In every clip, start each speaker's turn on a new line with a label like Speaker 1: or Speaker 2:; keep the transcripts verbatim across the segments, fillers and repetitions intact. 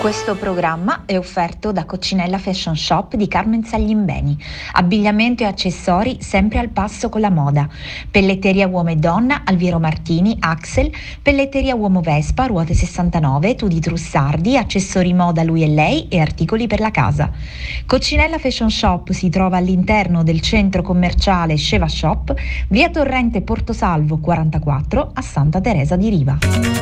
Speaker 1: Questo programma è offerto da Coccinella Fashion Shop di Carmen Saglimbeni. Abbigliamento e accessori sempre al passo con la moda. Pelletteria uomo e donna, Alviero Martini, Axel. Pelletteria uomo Vespa, Ruote sessantanove, Tudi Trussardi, accessori moda lui e lei e articoli per la casa. Coccinella Fashion Shop si trova all'interno del centro commerciale Sceva Shop, via Torrente Portosalvo quarantaquattro a Santa Teresa di Riva.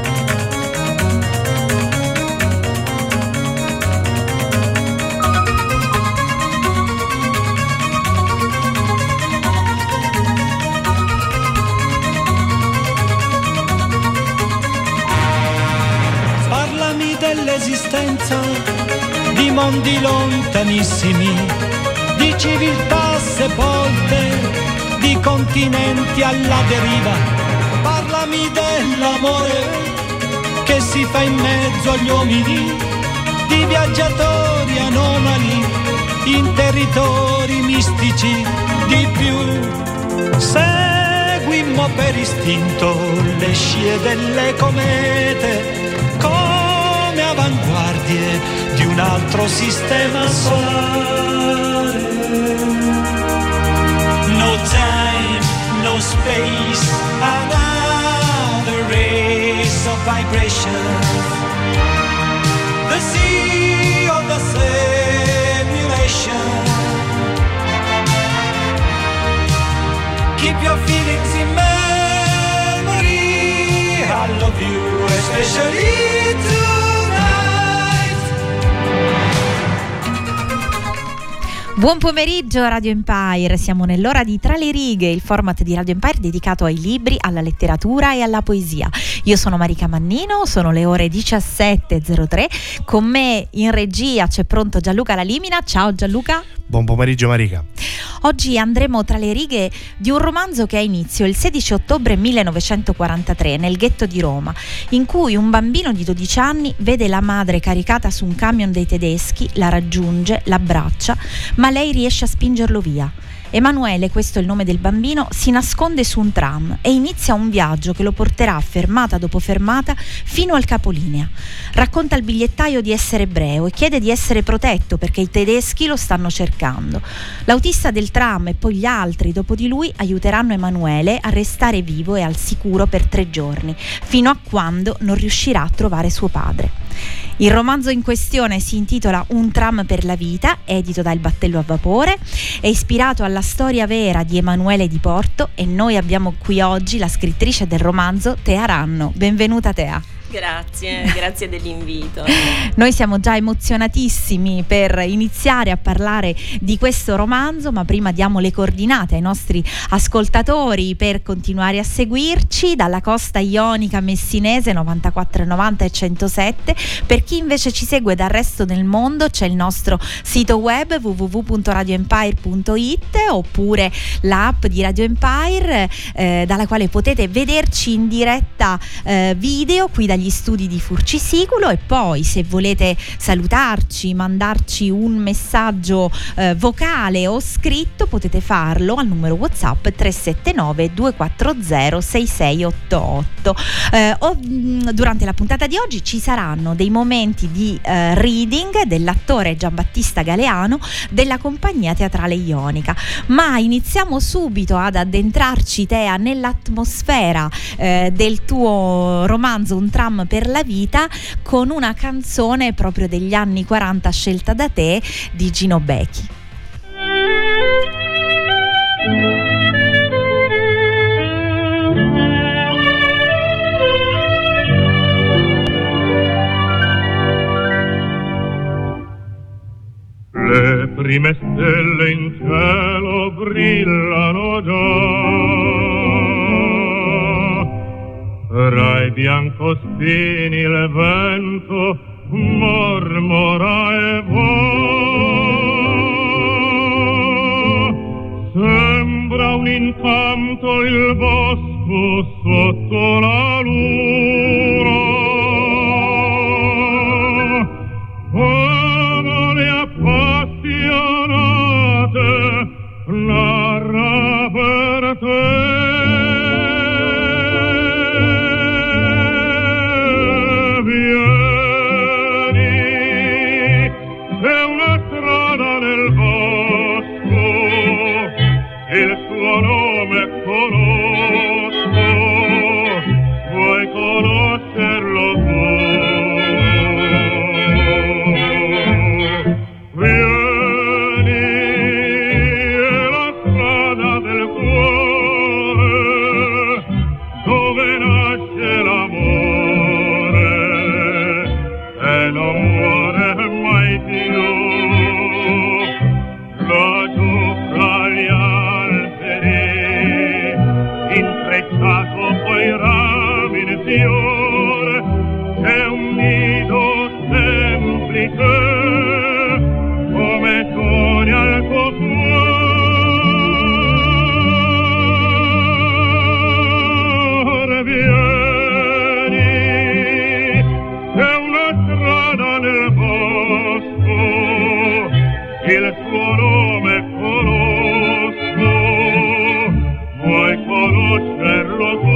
Speaker 2: Dell'esistenza di mondi lontanissimi, di civiltà sepolte, di continenti alla deriva. Parlami dell'amore che si fa in mezzo agli uomini, di viaggiatori anomali in territori mistici. Di più seguimmo per istinto le scie delle comete come avanguardie di un altro sistema solare. No time, no space, another race of vibration. The sea of the simulation. Keep your feelings in memory. I love you, especially tonight.
Speaker 3: Buon pomeriggio Radio Empire, siamo nell'ora di Tra le righe, il format di Radio Empire dedicato ai libri, alla letteratura e alla poesia. Io sono Marica Mannino, sono le ore diciassette e zero tre, con me in regia c'è pronto Gianluca Lalimina. Ciao Gianluca.
Speaker 4: Buon pomeriggio Marica.
Speaker 3: Oggi andremo tra le righe di un romanzo che ha inizio il sedici ottobre millenovecentoquarantatré nel ghetto di Roma, in cui un bambino di dodici anni vede la madre caricata su un camion dei tedeschi, la raggiunge, l'abbraccia, ma lei riesce a spingerlo via. Emanuele, questo è il nome del bambino, si nasconde su un tram e inizia un viaggio che lo porterà fermata dopo fermata fino al capolinea. Racconta al bigliettaio di essere ebreo e chiede di essere protetto perché i tedeschi lo stanno cercando. L'autista del tram e poi gli altri dopo di lui aiuteranno Emanuele a restare vivo e al sicuro per tre giorni, fino a quando non riuscirà a trovare suo padre. Il romanzo in questione si intitola Un tram per la vita, edito da Il Battello a Vapore, è ispirato alla storia vera di Emanuele Di Porto e noi abbiamo qui oggi la scrittrice del romanzo, Tea Ranno. Benvenuta Tea.
Speaker 5: Grazie, grazie dell'invito.
Speaker 3: Noi siamo già emozionatissimi per iniziare a parlare di questo romanzo, ma prima diamo le coordinate ai nostri ascoltatori per continuare a seguirci dalla costa ionica messinese novantaquattro novanta e centosette. Per chi invece ci segue dal resto del mondo c'è il nostro sito web w w w punto radio empire punto it oppure l'app di Radio Empire eh, dalla quale potete vederci in diretta eh, video qui dagli studi di Furcisiculo, e poi se volete salutarci, mandarci un messaggio eh, vocale o scritto potete farlo al numero WhatsApp tre sette nove due quattro zero sei sei otto otto. Eh, o, mh, durante la puntata di oggi ci saranno dei momenti di eh, reading dell'attore Giambattista Galeano della compagnia teatrale ionica, ma iniziamo subito ad addentrarci, Tea, nell'atmosfera eh, del tuo romanzo Un tram per la vita, con una canzone proprio degli anni quaranta scelta da te, di Gino Becchi.
Speaker 6: Le prime stelle in cielo brillano già, tra i biancospini il vento mormora e va. Sembra un incanto il bosco sotto la luna. Amore appassionate narra per te. Vieni cuore mai più. Laggiù fra gli alberi, intrecciato coi rami in fiore, c'è un nido semplice, come sogna il tuo cuore. Vieni, c'è una strada nel bosco, il suo nome conosco, vuoi conoscerlo tu?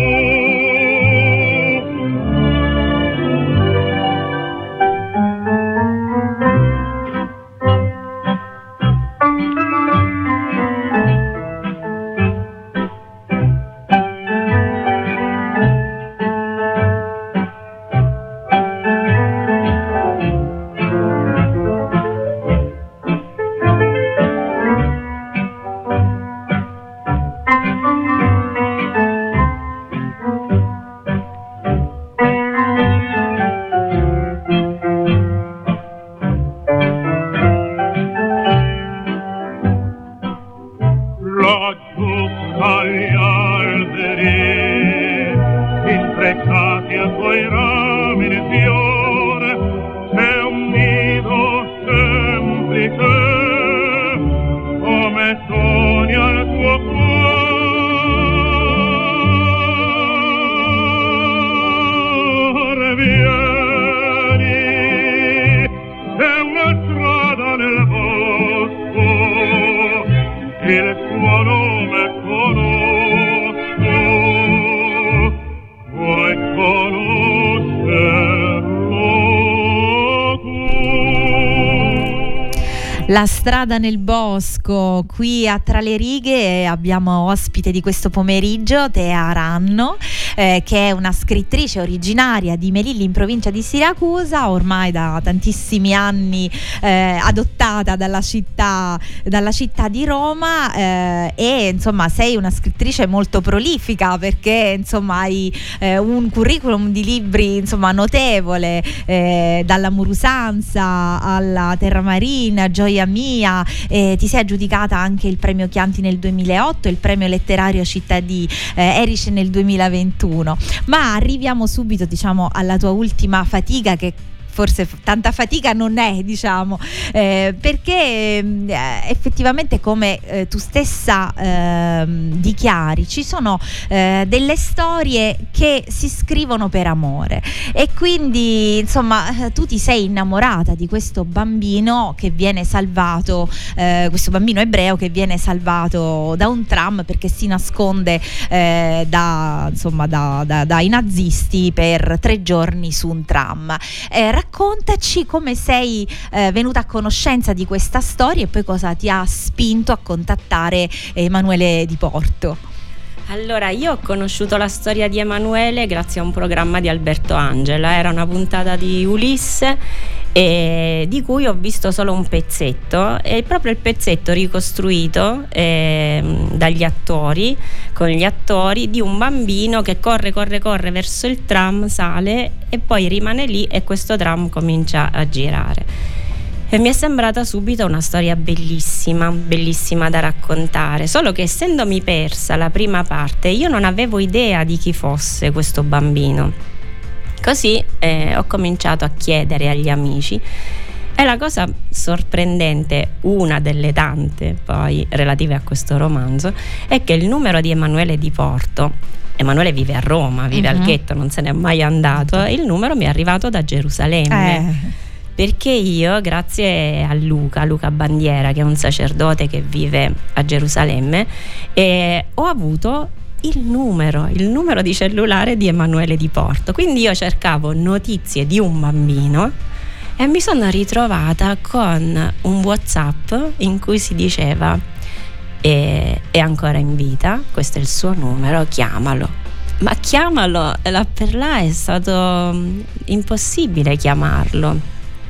Speaker 3: La strada nel bosco, qui a Tra le righe abbiamo ospite di questo pomeriggio Tea Ranno, eh, che è una scrittrice originaria di Melilli in provincia di Siracusa, ormai da tantissimi anni eh, adottata dalla città, dalla città di Roma, eh, e insomma sei una scrittrice molto prolifica, perché insomma hai eh, un curriculum di libri insomma notevole, eh, dalla Murusanza alla Terra Marina, Gioia Mia, eh, ti sei aggiudicata anche il premio Chianti nel duemilaotto e il premio letterario Città di eh, Erice nel duemilaventuno. Ma arriviamo subito, diciamo, alla tua ultima fatica, che forse tanta fatica non è, diciamo, eh, perché eh, effettivamente, come eh, tu stessa eh, dichiari, ci sono eh, delle storie che si scrivono per amore, e quindi insomma tu ti sei innamorata di questo bambino che viene salvato, eh, questo bambino ebreo che viene salvato da un tram perché si nasconde eh, da, insomma, da, da, dai nazisti per tre giorni su un tram. Eh, Raccontaci come sei eh, venuta a conoscenza di questa storia e poi cosa ti ha spinto a contattare Emanuele Di Porto.
Speaker 5: Allora, io ho conosciuto la storia di Emanuele grazie a un programma di Alberto Angela, era una puntata di Ulisse, e di cui ho visto solo un pezzetto, e proprio il pezzetto ricostruito eh, dagli attori, con gli attori, di un bambino che corre corre corre verso il tram, sale e poi rimane lì e questo tram comincia a girare. E mi è sembrata subito una storia bellissima, bellissima da raccontare, solo che essendomi persa la prima parte io non avevo idea di chi fosse questo bambino. Così eh, ho cominciato a chiedere agli amici, e la cosa sorprendente, una delle tante poi relative a questo romanzo, è che il numero di Emanuele Di Porto, Emanuele vive a Roma, vive uh-huh. al Ghetto, non se n'è mai andato, il numero mi è arrivato da Gerusalemme. Eh. Perché io, grazie a Luca, Luca Bandiera, che è un sacerdote che vive a Gerusalemme, eh, ho avuto il numero, il numero di cellulare di Emanuele Di Porto. Quindi io cercavo notizie di un bambino e mi sono ritrovata con un WhatsApp in cui si diceva eh, è ancora in vita, questo è il suo numero, chiamalo. Ma chiamalo, là per là è stato impossibile chiamarlo,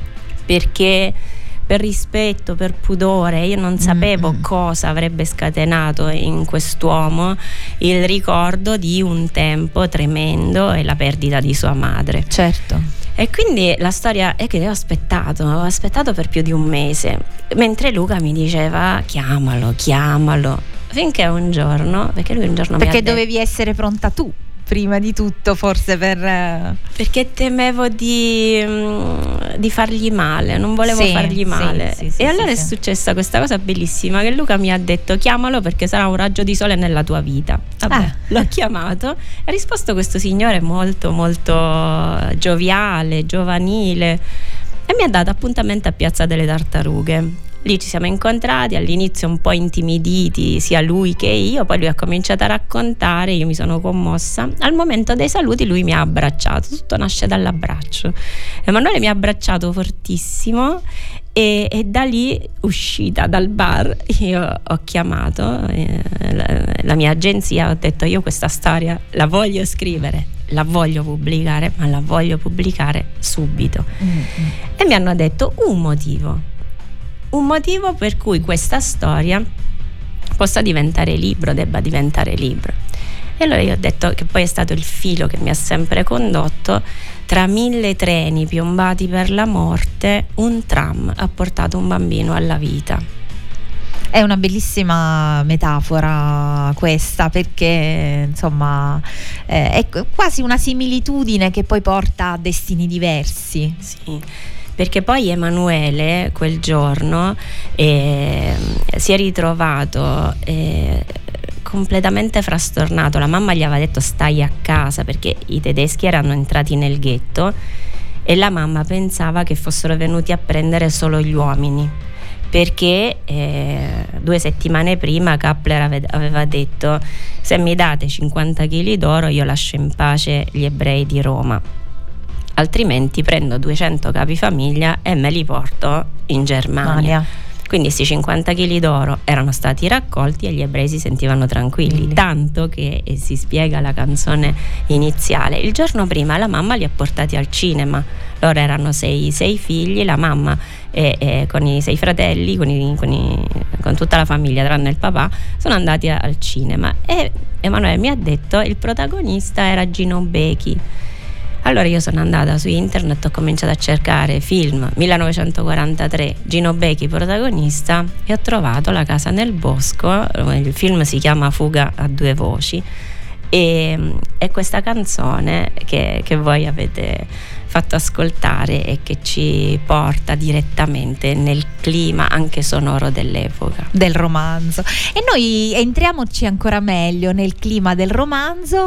Speaker 5: perché per rispetto, per pudore, io non sapevo mm-hmm. cosa avrebbe scatenato in quest'uomo il ricordo di un tempo tremendo e la perdita di sua madre.
Speaker 3: Certo.
Speaker 5: E quindi la storia è che io ho aspettato, ho aspettato per più di un mese, mentre Luca mi diceva chiamalo, chiamalo, finché un giorno, perché lui un giorno
Speaker 3: perché
Speaker 5: mi ha detto,
Speaker 3: dovevi essere pronta tu prima di tutto, forse per
Speaker 5: perché temevo di, mh, di fargli male, non volevo
Speaker 3: sì,
Speaker 5: fargli male.
Speaker 3: sì, sì, sì,
Speaker 5: e allora
Speaker 3: sì,
Speaker 5: è
Speaker 3: sì.
Speaker 5: successa questa cosa bellissima, che Luca mi ha detto chiamalo perché sarà un raggio di sole nella tua vita. Vabbè,
Speaker 3: Ah.
Speaker 5: l'ho chiamato, ha risposto questo signore molto molto gioviale, giovanile, e mi ha dato appuntamento a Piazza delle Tartarughe. Lì ci siamo incontrati, all'inizio un po' intimiditi, sia lui che io, poi lui ha cominciato a raccontare, io mi sono commossa. Al momento dei saluti lui mi ha abbracciato, tutto nasce dall'abbraccio. Emanuele mi ha abbracciato fortissimo e, e da lì, uscita dal bar, io ho chiamato eh, la, la mia agenzia, ho detto io questa storia la voglio scrivere, la voglio pubblicare, ma la voglio pubblicare subito. Mm-hmm. E mi hanno detto un motivo. Un motivo per cui questa storia possa diventare libro, debba diventare libro. E allora io ho detto che poi è stato il filo che mi ha sempre condotto: tra mille treni piombati per la morte, un tram ha portato un bambino alla vita.
Speaker 3: È una bellissima metafora questa, perché insomma eh, è quasi una similitudine che poi porta a destini diversi.
Speaker 5: Sì. Perché poi Emanuele quel giorno eh, si è ritrovato eh, completamente frastornato. La mamma gli aveva detto stai a casa, perché i tedeschi erano entrati nel ghetto e la mamma pensava che fossero venuti a prendere solo gli uomini, perché eh, due settimane prima Kappler ave- aveva detto se mi date cinquanta chili d'oro io lascio in pace gli ebrei di Roma, altrimenti prendo duecento capifamiglia e me li porto in Germania. Mania. Quindi questi cinquanta chili d'oro erano stati raccolti e gli ebrei si sentivano tranquilli, mm. tanto che, e si spiega la canzone iniziale, il giorno prima la mamma li ha portati al cinema. Loro erano sei, sei figli, la mamma e, e con i sei fratelli, con, i, con, i, con tutta la famiglia tranne il papà, sono andati a, al cinema, e Emanuele mi ha detto il protagonista era Gino Becchi. Allora io sono andata su internet, ho cominciato a cercare film millenovecentoquarantatré, Gino Becchi protagonista, e ho trovato La casa nel bosco. Il film si chiama Fuga a due voci e, e questa canzone che, che voi avete fatto ascoltare e che ci porta direttamente nel clima anche sonoro dell'epoca,
Speaker 3: del romanzo. E noi entriamoci ancora meglio nel clima del romanzo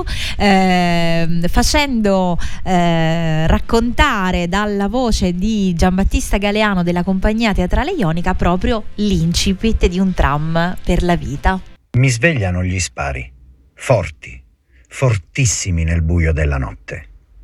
Speaker 3: eh, facendo eh, raccontare dalla voce di Giambattista Galeano della Compagnia Teatrale Ionica proprio l'incipit di Un tram per la vita.
Speaker 4: Mi svegliano gli spari, forti, fortissimi nel buio della notte.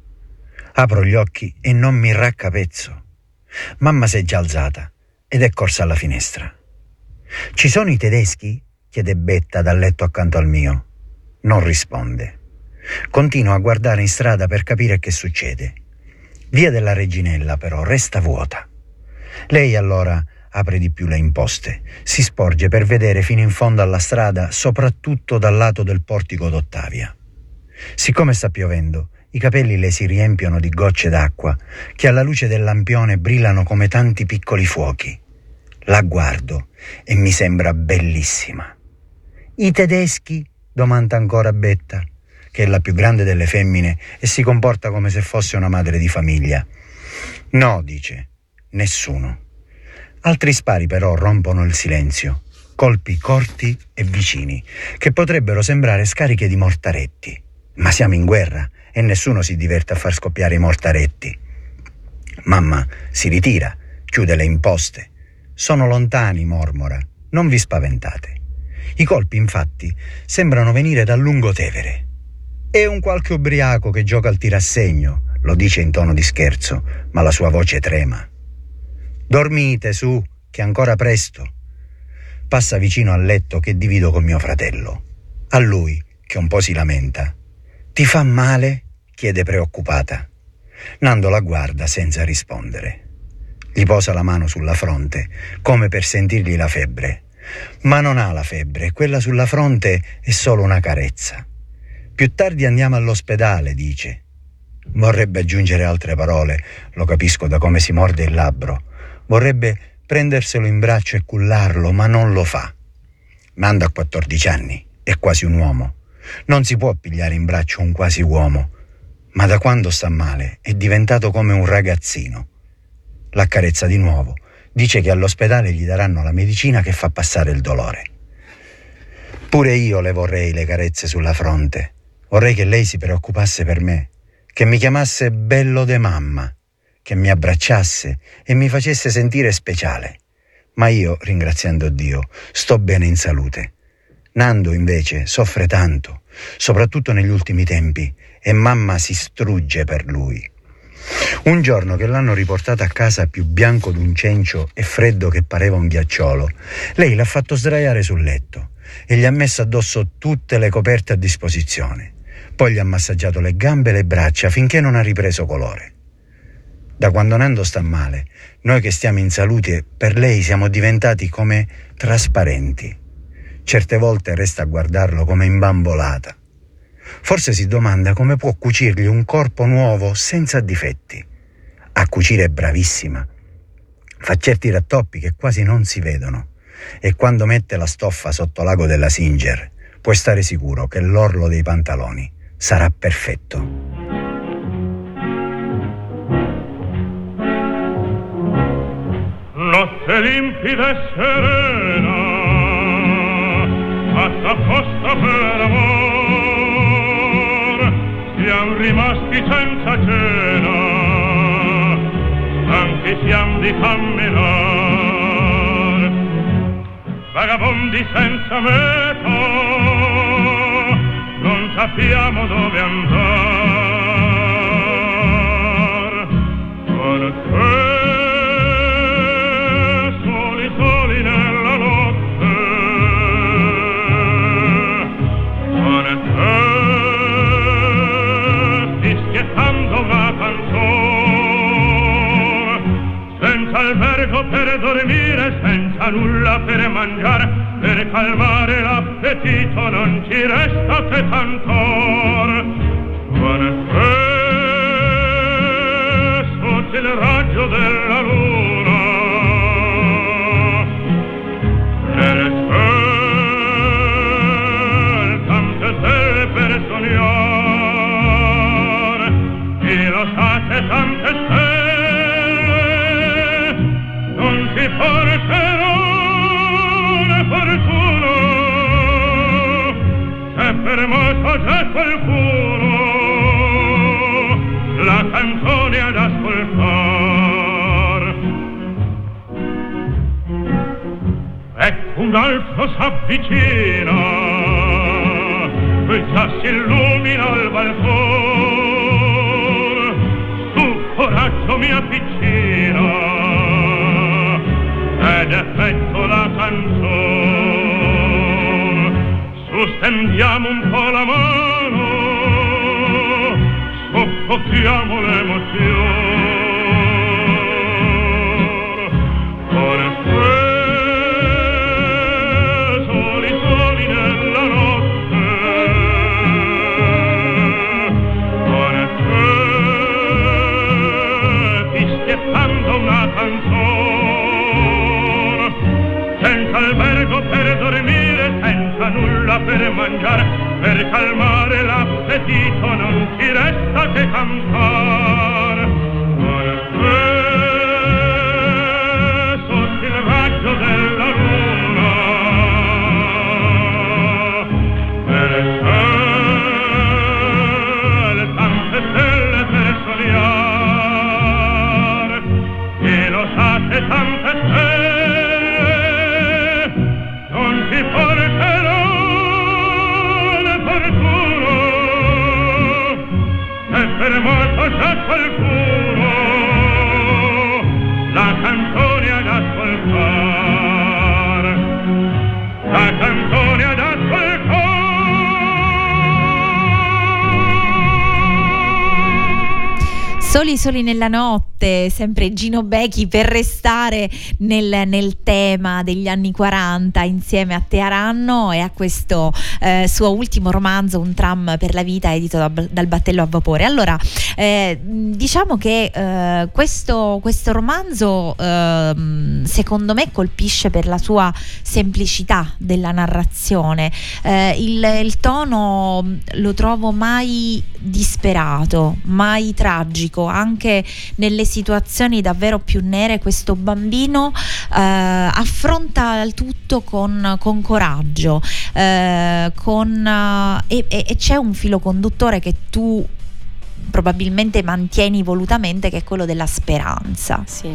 Speaker 4: Apro gli occhi e non mi raccapezzo. Mamma si è già alzata ed è corsa alla finestra. «Ci sono i tedeschi?» chiede Betta dal letto accanto al mio. Non risponde. Continuo a guardare in strada per capire che succede. Via della Reginella però resta vuota. Lei allora apre di più le imposte, si sporge per vedere fino in fondo alla strada, soprattutto dal lato del portico d'Ottavia. Siccome sta piovendo, i capelli le si riempiono di gocce d'acqua che alla luce del lampione brillano come tanti piccoli fuochi. La guardo e mi sembra bellissima. «I tedeschi?» domanda ancora Betta, che è la più grande delle femmine e si comporta come se fosse una madre di famiglia. «No», dice, «nessuno». Altri spari però rompono il silenzio, colpi corti e vicini, che potrebbero sembrare scariche di mortaretti. Ma siamo in guerra e nessuno si diverte a far scoppiare i mortaretti. Mamma si ritira, chiude le imposte. «Sono lontani», mormora, «non vi spaventate». I colpi, infatti, sembrano venire dal Lungotevere. «È un qualche ubriaco che gioca al tirassegno», lo dice in tono di scherzo, ma la sua voce trema. «Dormite, su, che è ancora presto». Passa vicino al letto che divido con mio fratello. A lui, che un po' si lamenta. «Ti fa male?» chiede preoccupata. Nando la guarda senza rispondere. Gli posa la mano sulla fronte, come per sentirgli la febbre. Ma non ha la febbre, quella sulla fronte è solo una carezza. «Più tardi andiamo all'ospedale», dice. Vorrebbe aggiungere altre parole, lo capisco da come si morde il labbro. Vorrebbe prenderselo in braccio e cullarlo, ma non lo fa. Nando ha quattordici anni, è quasi un uomo. Non si può pigliare in braccio un quasi uomo, ma da quando sta male è diventato come un ragazzino. L'accarezza di nuovo, dice che all'ospedale gli daranno la medicina che fa passare il dolore. Pure io le vorrei le carezze sulla fronte. Vorrei che lei si preoccupasse per me, che mi chiamasse bello de mamma, che mi abbracciasse e mi facesse sentire speciale. Ma io, ringraziando Dio, sto bene in salute. Nando invece soffre tanto, soprattutto negli ultimi tempi, e mamma si strugge per lui. Un giorno che l'hanno riportato a casa più bianco d'un cencio e freddo che pareva un ghiacciolo, lei l'ha fatto sdraiare sul letto e gli ha messo addosso tutte le coperte a disposizione. Poi gli ha massaggiato le gambe e le braccia finché non ha ripreso colore. Da quando Nando sta male, noi che stiamo in salute per lei siamo diventati come trasparenti. Certe volte resta a guardarlo come imbambolata. Forse si domanda come può cucirgli un corpo nuovo senza difetti. A cucire è bravissima. Fa certi rattoppi che quasi non si vedono. E quando mette la stoffa sotto l'ago della Singer, puoi stare sicuro che l'orlo dei pantaloni sarà perfetto.
Speaker 6: Notte limpida e serena, fatta apposta per amor, siamo rimasti senza cena, stanchi siamo di camminar, vagabondi senza meta, non sappiamo dove andare. Con te albergo per dormire, senza nulla per mangiare, per calmare l'appetito non ci resta che cantor. Con te sotto il raggio della luna, nelle stelle tante stelle per sognare, chi lo sa che tante stelle si porterò la fortuna, se fermato già qualcuno la canzone ad ascoltar. Ecco un altro s'avvicina, già si illumina al balcone, su coraggio mia piccina, ed effetto la canzone. Su stendiamo un po' la mano, soffocchiamo l'emozione. Con te soli soli nella notte, con te fischiettando una canzone, senza albergo per dormire, senza nulla per mangiare, per calmare l'appetito non ci resta che cantare. Con te sotto il raggio della luna, nelle stelle tante stelle per sognare, chi lo sa che tante stelle non si porterò la fortuna, se fermato già qualcuno la canzone ad ascoltar, la canzone ad ascoltar.
Speaker 3: Soli Soli soli nella notte, sempre Gino Becchi, per restare nel, nel tema degli anni quaranta insieme a Tearanno e a questo eh, suo ultimo romanzo, Un tram per la vita, edito da, dal Battello a Vapore. Allora, eh, diciamo che eh, questo, questo romanzo eh, secondo me colpisce per la sua semplicità della narrazione. Eh, il, il tono lo trovo mai disperato, mai tragico, anche nelle situazioni davvero più nere questo bambino eh, affronta il tutto con, con coraggio, eh, con, eh, e, e, e c'è un filo conduttore che tu probabilmente mantieni volutamente, che è quello della speranza.
Speaker 5: Sì.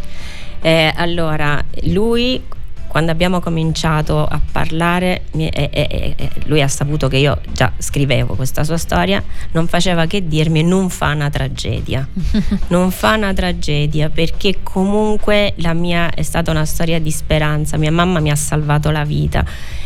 Speaker 5: Eh, allora, lui, quando abbiamo cominciato a parlare, mi, eh, eh, eh, lui ha saputo che io già scrivevo questa sua storia, non faceva che dirmi: non fa una tragedia, non fa una tragedia, perché comunque la mia è stata una storia di speranza. Mia mamma mi ha salvato la vita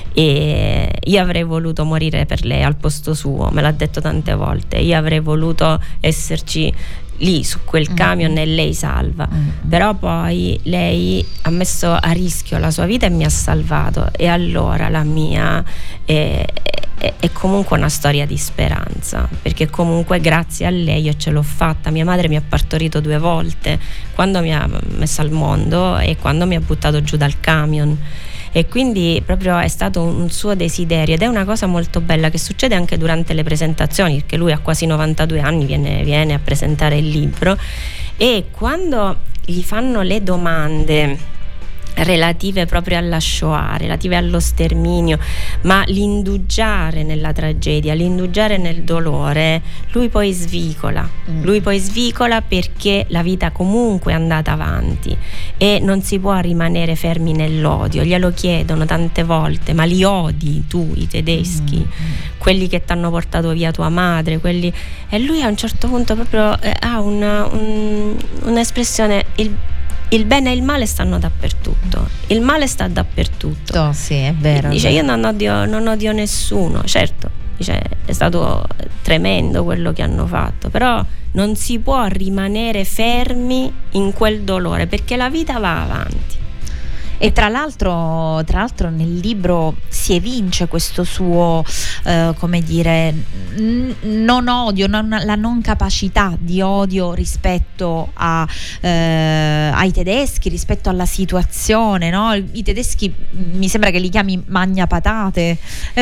Speaker 5: e io avrei voluto morire per lei al posto suo, me l'ha detto tante volte. Io avrei voluto esserci lì su quel camion mm. e lei salva, mm. però poi lei ha messo a rischio la sua vita e mi ha salvato, e allora la mia è, è, è comunque una storia di speranza, perché comunque grazie a lei io ce l'ho fatta. Mia madre mi ha partorito due volte, quando mi ha messa al mondo e quando mi ha buttato giù dal camion, e quindi proprio è stato un suo desiderio, ed è una cosa molto bella che succede anche durante le presentazioni, perché lui ha quasi novantadue anni, viene, viene a presentare il libro, e quando gli fanno le domande relative proprio alla Shoah, relative allo sterminio, ma l'indugiare nella tragedia, l'indugiare nel dolore, lui poi svicola, mm. lui poi svicola perché la vita comunque è andata avanti e non si può rimanere fermi nell'odio. Glielo chiedono tante volte: ma li odi tu i tedeschi, mm. quelli che ti hanno portato via tua madre, quelli... E lui a un certo punto proprio eh, ha una, un, un'espressione: il Il bene e il male stanno dappertutto, il male sta dappertutto.
Speaker 3: Oh, sì, è vero.
Speaker 5: Dice:
Speaker 3: è vero.
Speaker 5: io non odio, non odio nessuno, certo, dice, è stato tremendo quello che hanno fatto, però non si può rimanere fermi in quel dolore, perché la vita va avanti.
Speaker 3: E tra l'altro, tra l'altro nel libro si evince questo suo, eh, come dire, n- non odio, non, la non capacità di odio rispetto a, eh, ai tedeschi, rispetto alla situazione, no? I tedeschi mi sembra che li chiami magnapatate.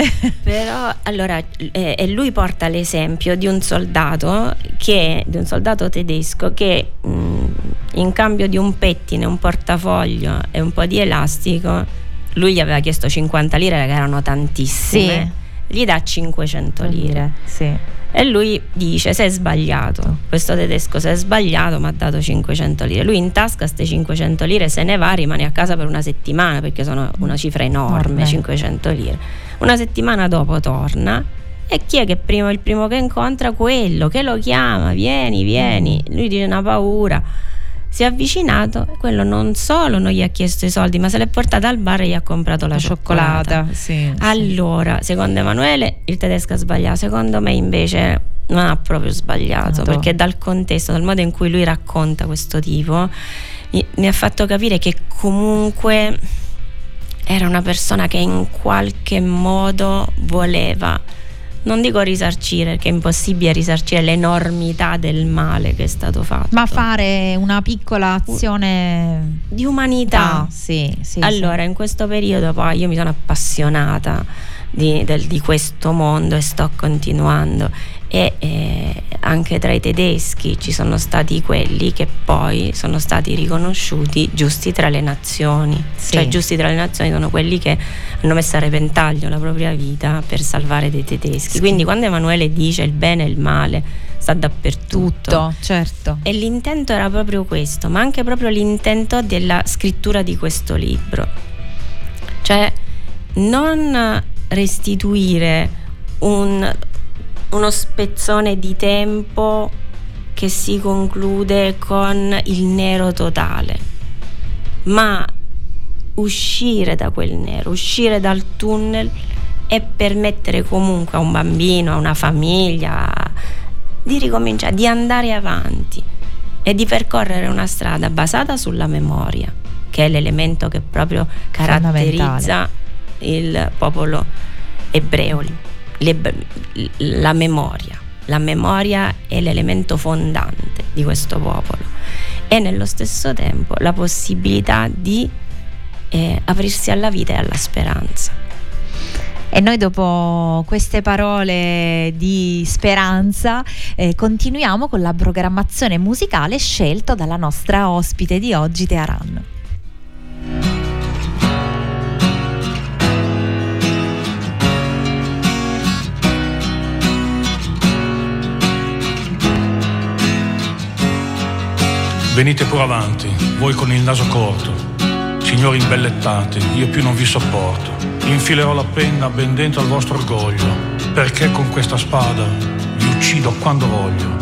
Speaker 5: Però allora eh, e lui porta l'esempio di un soldato che di un soldato tedesco che mh, in cambio di un pettine, un portafoglio e un po' di elastico, lui gli aveva chiesto cinquanta lire, che erano tantissime, sì. Gli dà cinquecento lire,
Speaker 3: sì.
Speaker 5: E lui dice: sei sbagliato, questo tedesco si è sbagliato, mi ha dato cinquecento lire. Lui in tasca ste cinquecento lire, se ne va, rimane a casa per una settimana, perché sono una cifra enorme, cinquecento lire. Una settimana dopo torna, e chi è che prima, il primo che incontra? Quello che lo chiama: vieni, vieni. Lui dice: una paura. Si è avvicinato, quello non solo non gli ha chiesto i soldi, ma se l'è portata al bar e gli ha comprato la, la cioccolata, cioccolata. Sì, allora sì. Secondo Emanuele il tedesco ha sbagliato, secondo me invece non ha proprio sbagliato, no, perché dal contesto, dal modo in cui lui racconta questo tipo, mi, mi ha fatto capire che comunque era una persona che in qualche modo voleva, non dico risarcire, perché è impossibile risarcire l'enormità del male che è stato fatto,
Speaker 3: ma fare una piccola azione
Speaker 5: di umanità.
Speaker 3: Ah, sì, sì,
Speaker 5: allora
Speaker 3: sì.
Speaker 5: In questo periodo poi io mi sono appassionata di, del, di questo mondo e sto continuando, e eh, anche tra i tedeschi ci sono stati quelli che poi sono stati riconosciuti giusti tra le nazioni, sì. Cioè giusti tra le nazioni sono quelli che hanno messo a repentaglio la propria vita per salvare dei tedeschi, sì. Quindi quando Emanuele dice il bene e il male sta dappertutto,
Speaker 3: tutto, certo.
Speaker 5: E l'intento era proprio questo, ma anche proprio l'intento della scrittura di questo libro, cioè non restituire un uno spezzone di tempo che si conclude con il nero totale, ma uscire da quel nero, uscire dal tunnel e permettere comunque a un bambino, a una famiglia di ricominciare, di andare avanti, e di percorrere una strada basata sulla memoria, che è l'elemento che proprio caratterizza il popolo ebreo, le, la memoria. La memoria è l'elemento fondante di questo popolo e nello stesso tempo la possibilità di eh, aprirsi alla vita e alla speranza.
Speaker 3: E noi dopo queste parole di speranza eh, continuiamo con la programmazione musicale scelta dalla nostra ospite di oggi, Teheran.
Speaker 7: Venite pure avanti, voi con il naso corto, signori imbellettati, io più non vi sopporto. Infilerò la penna ben dentro al vostro orgoglio, perché con questa spada vi uccido quando voglio.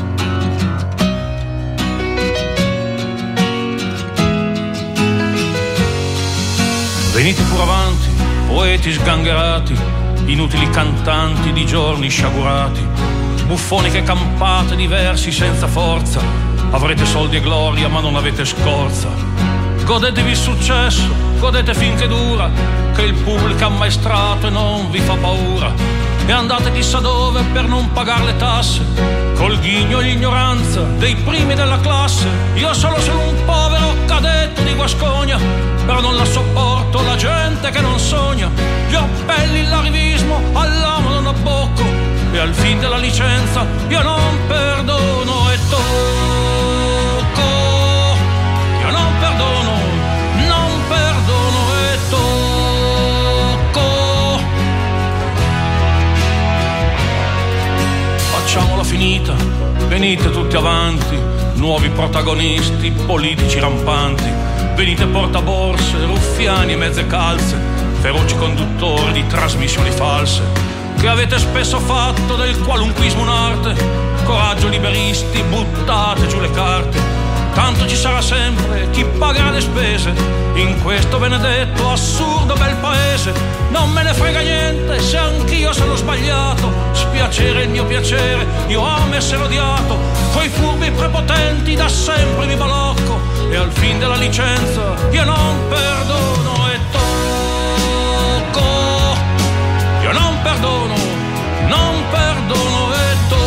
Speaker 7: Venite pure avanti, poeti sgangherati, inutili cantanti di giorni sciagurati, buffoni che campate di versi senza forza. Avrete soldi e gloria ma non avete scorza. Godetevi il successo, godete finché dura, che il pubblico è ammaestrato e non vi fa paura. E andate chissà dove per non pagare le tasse, col ghigno e l'ignoranza dei primi della classe. Io solo sono un povero cadetto di Guascogna, però non la sopporto la gente che non sogna. Gli appelli, l'arivismo, all'amo non abbocco, e al fin della licenza io non perdono e tocco. Io non perdono, non perdono e tocco. Facciamola finita, venite tutti avanti, nuovi protagonisti, politici rampanti. Venite portaborse, ruffiani e mezze calze, feroci conduttori di trasmissioni false, che avete spesso fatto del qualunquismo un'arte. Coraggio liberisti, buttate giù le carte. Tanto ci sarà sempre chi pagherà le spese in questo benedetto assurdo bel paese. Non me ne frega niente se anch'io sono sbagliato, spiacere il mio piacere, io amo essere odiato. Coi furbi prepotenti da sempre mi balocco, e al fin della licenza io non perdono e tocco. Io non perdono, non perdono e tocco.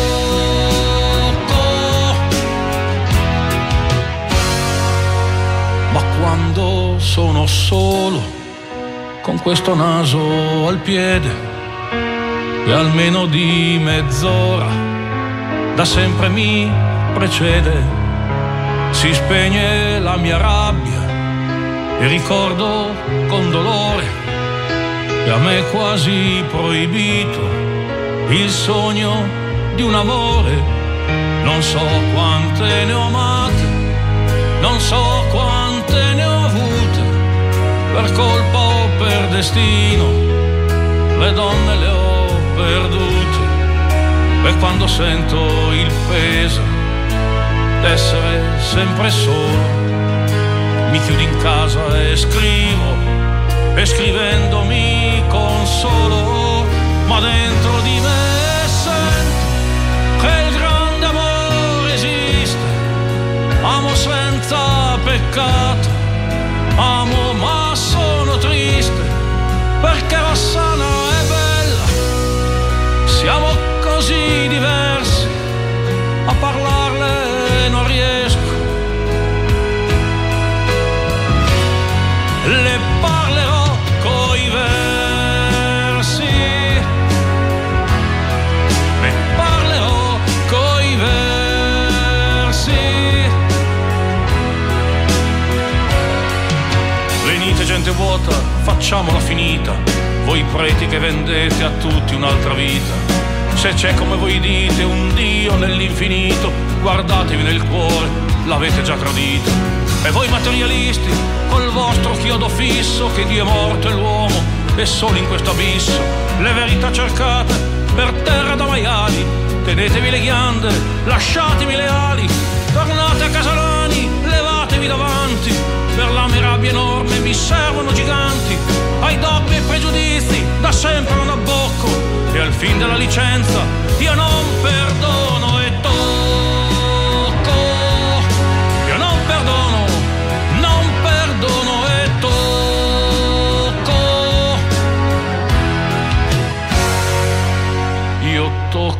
Speaker 7: Ma quando sono solo, con questo naso al piede, e almeno di mezz'ora da sempre mi precede, si spegne la mia rabbia e ricordo con dolore, e a me è quasi proibito il sogno di un amore. Non so quante ne ho amate, non so quante ne ho avute, per colpa o per destino, le donne le ho perdute. E quando sento il peso d'essere sempre solo, mi chiudo in casa e scrivo, e scrivendo mi consolo, ma dentro di me sento che il grande amore esiste. Amo senza peccato, amo ma sono triste, perché Rossana è bella. Siamo così diversi, a parlarle non riesco. Le parlerò coi versi, le parlerò coi versi. Venite gente vuota, facciamola finita, voi preti che vendete a tutti un'altra vita. Se c'è come voi dite un Dio nell'infinito, guardatevi nel cuore, l'avete già tradito. E voi materialisti, col vostro chiodo fisso, che Dio è morto e l'uomo è solo in questo abisso, le verità cercate per terra da maiali. Tenetevi le ghiande, lasciatemi le ali, tornate a Casalani, levatevi davanti, per la mia rabbia enorme mi servono giganti. Ai dogmi e pregiudizi da sempre non abbocco, e al fin della licenza io non perdono e tocco.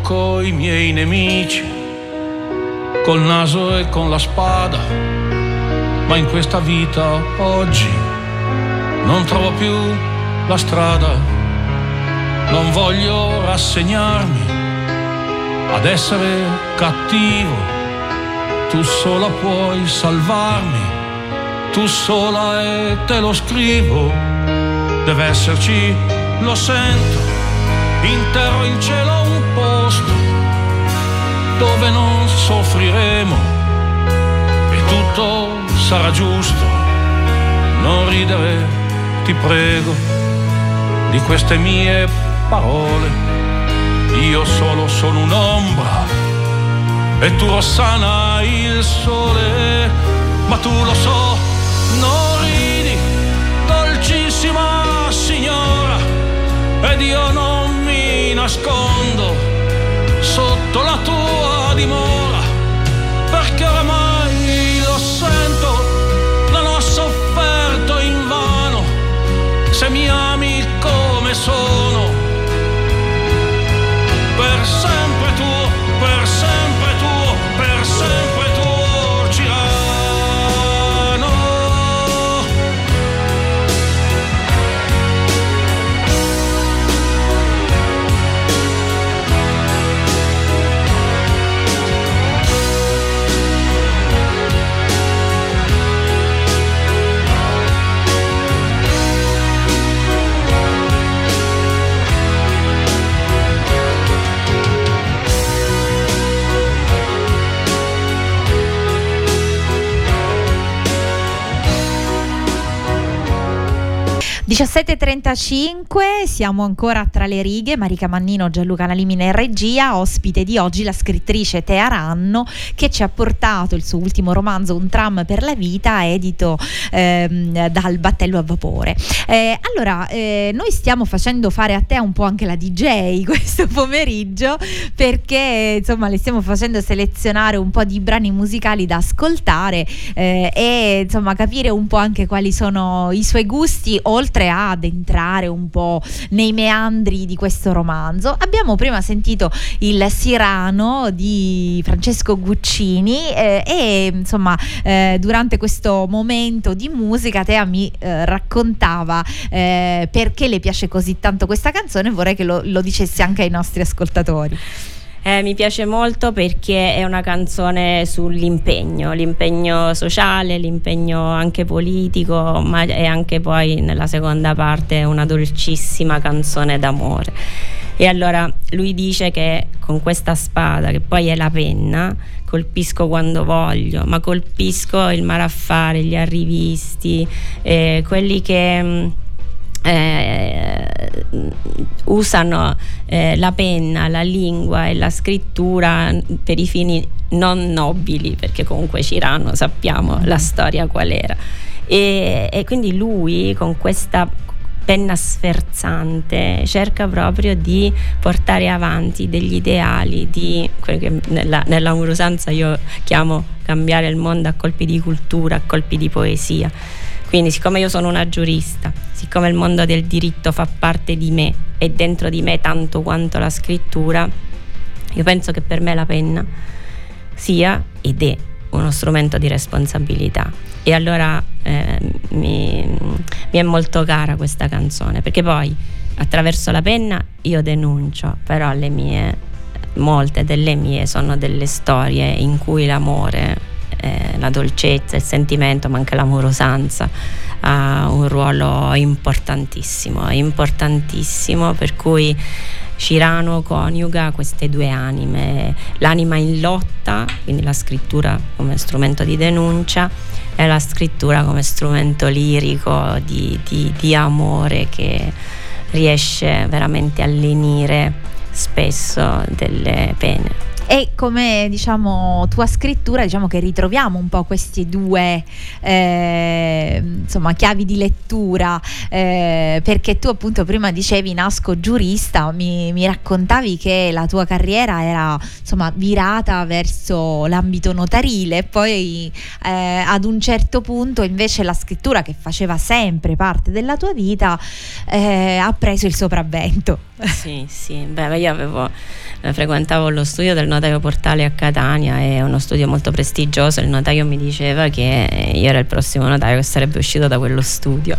Speaker 7: coi miei nemici, col naso e con la spada, ma in questa vita oggi non trovo più la strada. Non voglio rassegnarmi ad essere cattivo, tu sola puoi salvarmi, tu sola e te lo scrivo. Deve esserci, lo sento, in terra o in cielo un posto dove non soffriremo e tutto sarà giusto. Non ridere, ti prego, di queste mie parole. Io solo sono un'ombra e tu Rossana il sole, ma tu lo so, non ridi, dolcissima signora, ed io non mi nascondo sotto la tua dimora, perché oramai lo sento, non ho sofferto invano, se mi ami come sono, per sempre tuo, per sempre tuo, per sempre tuo, Cirano.
Speaker 3: diciassette e trentacinque, siamo ancora tra le righe. Marica Mannino, Gianluca Nalimina in regia. Ospite di oggi la scrittrice Tea Ranno, che ci ha portato il suo ultimo romanzo Un tram per la vita, edito ehm, dal Battello a Vapore. Eh, allora, eh, noi stiamo facendo fare a Tea un po' anche la D J questo pomeriggio, perché insomma le stiamo facendo selezionare un po' di brani musicali da ascoltare eh, e insomma capire un po' anche quali sono i suoi gusti, oltre ad entrare un po' nei meandri di questo romanzo. Abbiamo prima sentito il Cyrano di Francesco Guccini eh, e insomma eh, durante questo momento di musica Tea mi eh, raccontava eh, perché le piace così tanto questa canzone. Vorrei che lo, lo dicessi anche ai nostri ascoltatori.
Speaker 5: Eh, mi piace molto perché è una canzone sull'impegno, l'impegno sociale, l'impegno anche politico, ma è anche poi nella seconda parte una dolcissima canzone d'amore. E allora lui dice che con questa spada, che poi è la penna, colpisco quando voglio, ma colpisco il malaffare, gli arrivisti, eh, quelli che Eh, usano eh, la penna, la lingua e la scrittura per i fini non nobili, perché comunque Cyrano sappiamo la storia qual era, e, e quindi lui con questa penna sferzante cerca proprio di portare avanti degli ideali, di quello che nella, nella usanza io chiamo cambiare il mondo a colpi di cultura, a colpi di poesia. Quindi siccome io sono una giurista, siccome il mondo del diritto fa parte di me e dentro di me tanto quanto la scrittura, io penso che per me la penna sia ed è uno strumento di responsabilità. E allora eh, mi, mi è molto cara questa canzone, perché poi attraverso la penna io denuncio, però le mie, molte delle mie sono delle storie in cui l'amore, Eh, la dolcezza, il sentimento, ma anche l'amorosanza ha un ruolo importantissimo, importantissimo, per cui Cyrano coniuga queste due anime, l'anima in lotta, quindi la scrittura come strumento di denuncia e la scrittura come strumento lirico di, di, di amore, che riesce veramente a lenire spesso delle pene.
Speaker 3: E come diciamo tua scrittura, diciamo che ritroviamo un po' questi due eh, insomma chiavi di lettura, eh, perché tu appunto prima dicevi nasco giurista, mi, mi raccontavi che la tua carriera era insomma virata verso l'ambito notarile, poi eh, ad un certo punto invece la scrittura, che faceva sempre parte della tua vita, eh, ha preso il sopravvento.
Speaker 5: Sì, sì, beh, io avevo eh, frequentavo lo studio del notaio Portale a Catania, è uno studio molto prestigioso. Il notaio mi diceva che io ero il prossimo notaio che sarebbe uscito da quello studio.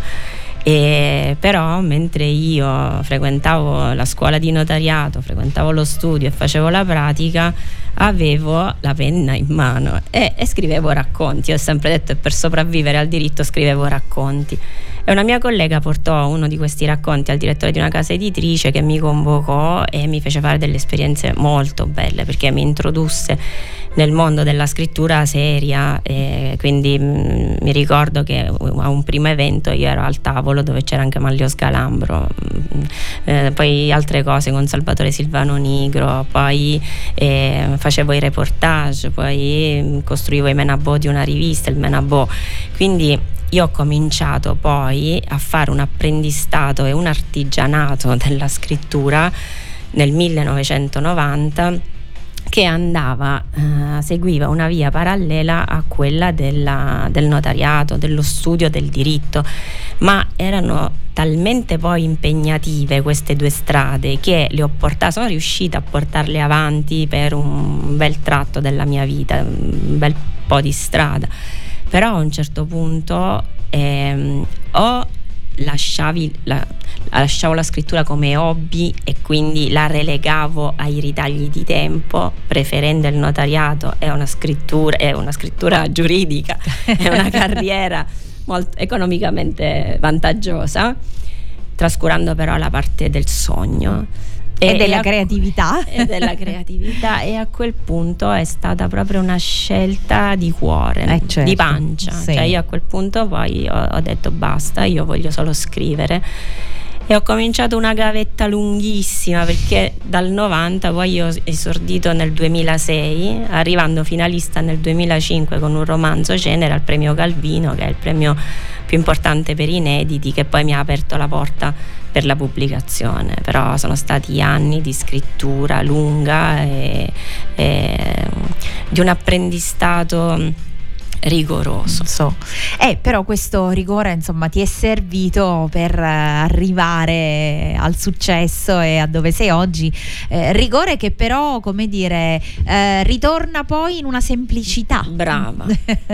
Speaker 5: E però mentre io frequentavo la scuola di notariato, frequentavo lo studio e facevo la pratica, avevo la penna in mano e, e scrivevo racconti. Io ho sempre detto che per sopravvivere al diritto scrivevo racconti. E una mia collega portò uno di questi racconti al direttore di una casa editrice, che mi convocò e mi fece fare delle esperienze molto belle, perché mi introdusse nel mondo della scrittura seria. E quindi mh, mi ricordo che a un primo evento io ero al tavolo dove c'era anche Manlio Scalambro, mh, eh, poi altre cose con Salvatore Silvano Nigro, poi eh, facevo i reportage, poi mh, costruivo i Menabò di una rivista, il Menabò. Quindi io ho cominciato poi a fare un apprendistato e un artigianato della scrittura nel millenovecentonovanta, che andava, eh, seguiva una via parallela a quella della, del notariato, dello studio del diritto, ma erano talmente poi impegnative queste due strade che le ho portate, sono riuscita a portarle avanti per un bel tratto della mia vita, un bel po' di strada. Però a un certo punto ehm, o lasciavi la, lasciavo la scrittura come hobby e quindi la relegavo ai ritagli di tempo, preferendo il notariato e una scrittura, è una scrittura giuridica, è una carriera molto economicamente vantaggiosa, trascurando però la parte del sogno.
Speaker 3: E, e della
Speaker 5: a,
Speaker 3: creatività
Speaker 5: e della creatività e a quel punto è stata proprio una scelta di cuore,
Speaker 3: eh certo,
Speaker 5: di pancia,
Speaker 3: sì.
Speaker 5: Cioè io a quel punto poi ho, ho detto basta, io voglio solo scrivere, e ho cominciato una gavetta lunghissima, perché dal novanta poi io ho esordito nel duemilasei, arrivando finalista nel duemilacinque con un romanzo Cenere al premio Calvino, che è il premio più importante per inediti, che poi mi ha aperto la porta per la pubblicazione. Però sono stati anni di scrittura lunga e, e di un apprendistato rigoroso.
Speaker 3: So. Eh, però questo rigore insomma ti è servito per eh, arrivare al successo e a dove sei oggi, eh, rigore che però, come dire, eh, ritorna poi in una semplicità.
Speaker 5: Brava.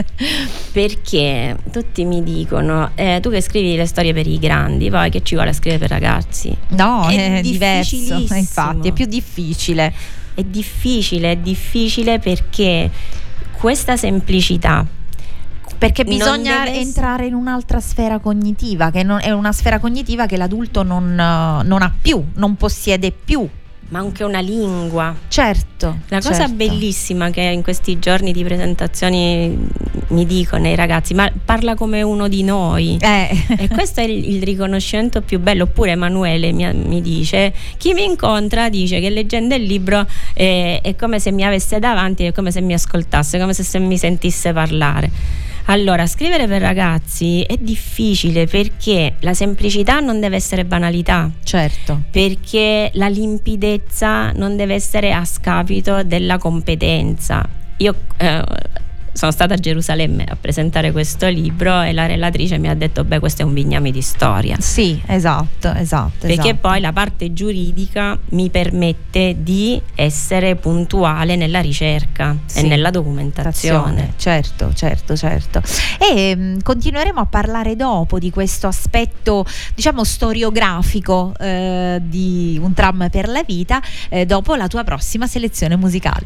Speaker 5: Perché tutti mi dicono eh, tu che scrivi le storie per i grandi, poi che ci vuole a scrivere per ragazzi?
Speaker 3: No, è,
Speaker 5: è
Speaker 3: diverso, infatti è più difficile.
Speaker 5: È difficile, è difficile perché questa semplicità,
Speaker 3: perché bisogna
Speaker 5: deve...
Speaker 3: entrare in un'altra sfera cognitiva, che non, è una sfera cognitiva che l'adulto non, non ha più, non possiede più.
Speaker 5: Ma anche una lingua.
Speaker 3: Certo.
Speaker 5: La cosa
Speaker 3: certo.
Speaker 5: bellissima che in questi giorni di presentazioni mi dicono i ragazzi, ma parla come uno di noi.
Speaker 3: Eh.
Speaker 5: E questo è il, il riconoscimento più bello. Oppure Emanuele mi, mi dice, chi mi incontra dice che leggendo il libro è, è come se mi avesse davanti, è come se mi ascoltasse, come se, se mi sentisse parlare. Allora, scrivere per ragazzi è difficile perché la semplicità non deve essere banalità.
Speaker 3: Certo.
Speaker 5: Perché la limpidezza non deve essere a scapito della competenza. Io eh, sono stata a Gerusalemme a presentare questo libro e la relatrice mi ha detto beh, questo è un bignami di storia.
Speaker 3: Sì, esatto, esatto.
Speaker 5: Perché
Speaker 3: esatto.
Speaker 5: poi la parte giuridica mi permette di essere puntuale nella ricerca sì. e nella documentazione.
Speaker 3: Certo, certo, certo. E mh, continueremo a parlare dopo di questo aspetto, diciamo, storiografico eh, di Un tram per la vita, eh, dopo la tua prossima selezione musicale.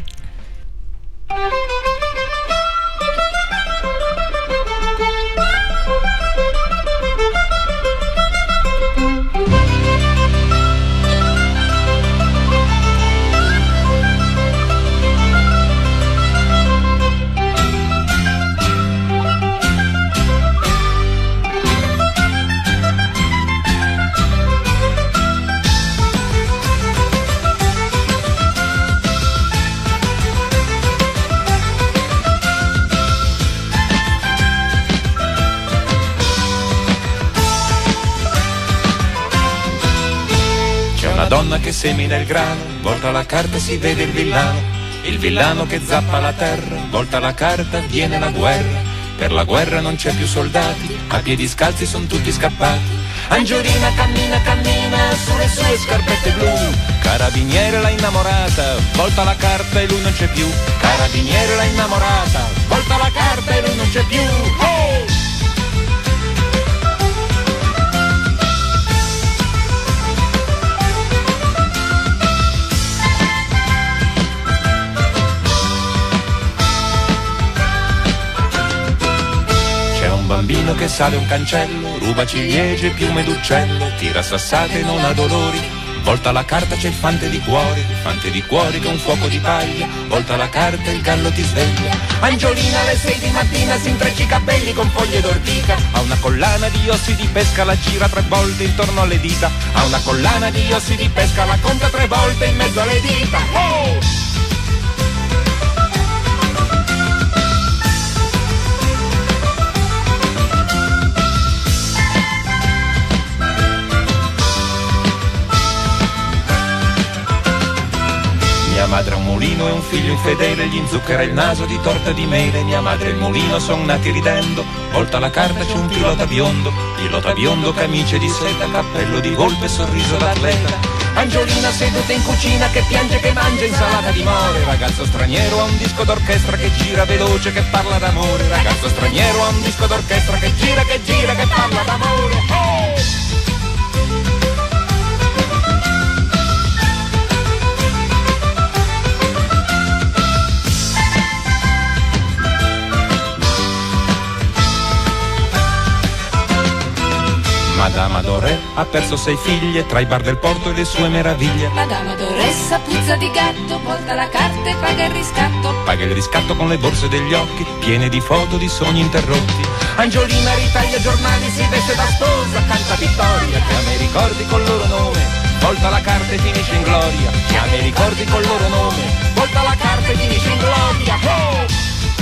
Speaker 8: donna che semina il grano, volta la carta e si vede il villano, il villano che zappa la terra, volta la carta, viene la guerra, per la guerra non c'è più soldati, a piedi scalzi son tutti scappati. Angiolina cammina, cammina sulle sue scarpette blu, carabiniere l'ha innamorata, volta la carta e lui non c'è più, carabiniere l'ha innamorata, volta la carta e lui non c'è più. Hey! Un bambino che sale un cancello, ruba ciliegie, piume d'uccello, tira sassate e non ha dolori, volta la carta c'è il fante di cuori, il fante di cuori che è un fuoco di paglia, volta la carta e il gallo ti sveglia. Angiolina alle sei di mattina si intreccia i capelli con foglie d'ortica, ha una collana di ossi di pesca, la gira tre volte intorno alle dita, ha una collana di ossi di pesca, la conta tre volte in mezzo alle dita. Oh! Mia madre ha un mulino e un figlio infedele, gli inzucchera il naso di torta di mele. Mia madre e il mulino son nati ridendo, volta la carta c'è un pilota biondo, pilota biondo, camicie di seta, cappello di volpe, sorriso d'atleta. Angiolina seduta in cucina che piange, che mangia insalata di more. Ragazzo straniero ha un disco d'orchestra che gira veloce, che parla d'amore. Ragazzo straniero ha un disco d'orchestra che gira, che gira, che parla d'amore. Hey! Madama Doré ha perso sei figlie tra i bar del porto e le sue meraviglie.
Speaker 9: Madama Doressa puzza di gatto, volta la carta e paga il riscatto.
Speaker 8: Paga il riscatto con le borse degli occhi piene di foto di sogni interrotti. Angiolina ritaglia giornali, si veste da sposa, canta vittoria, chiama i ricordi col loro nome, volta la carta e finisce in gloria. Chiama i ricordi col loro nome, volta la carta e finisce in gloria. Oh!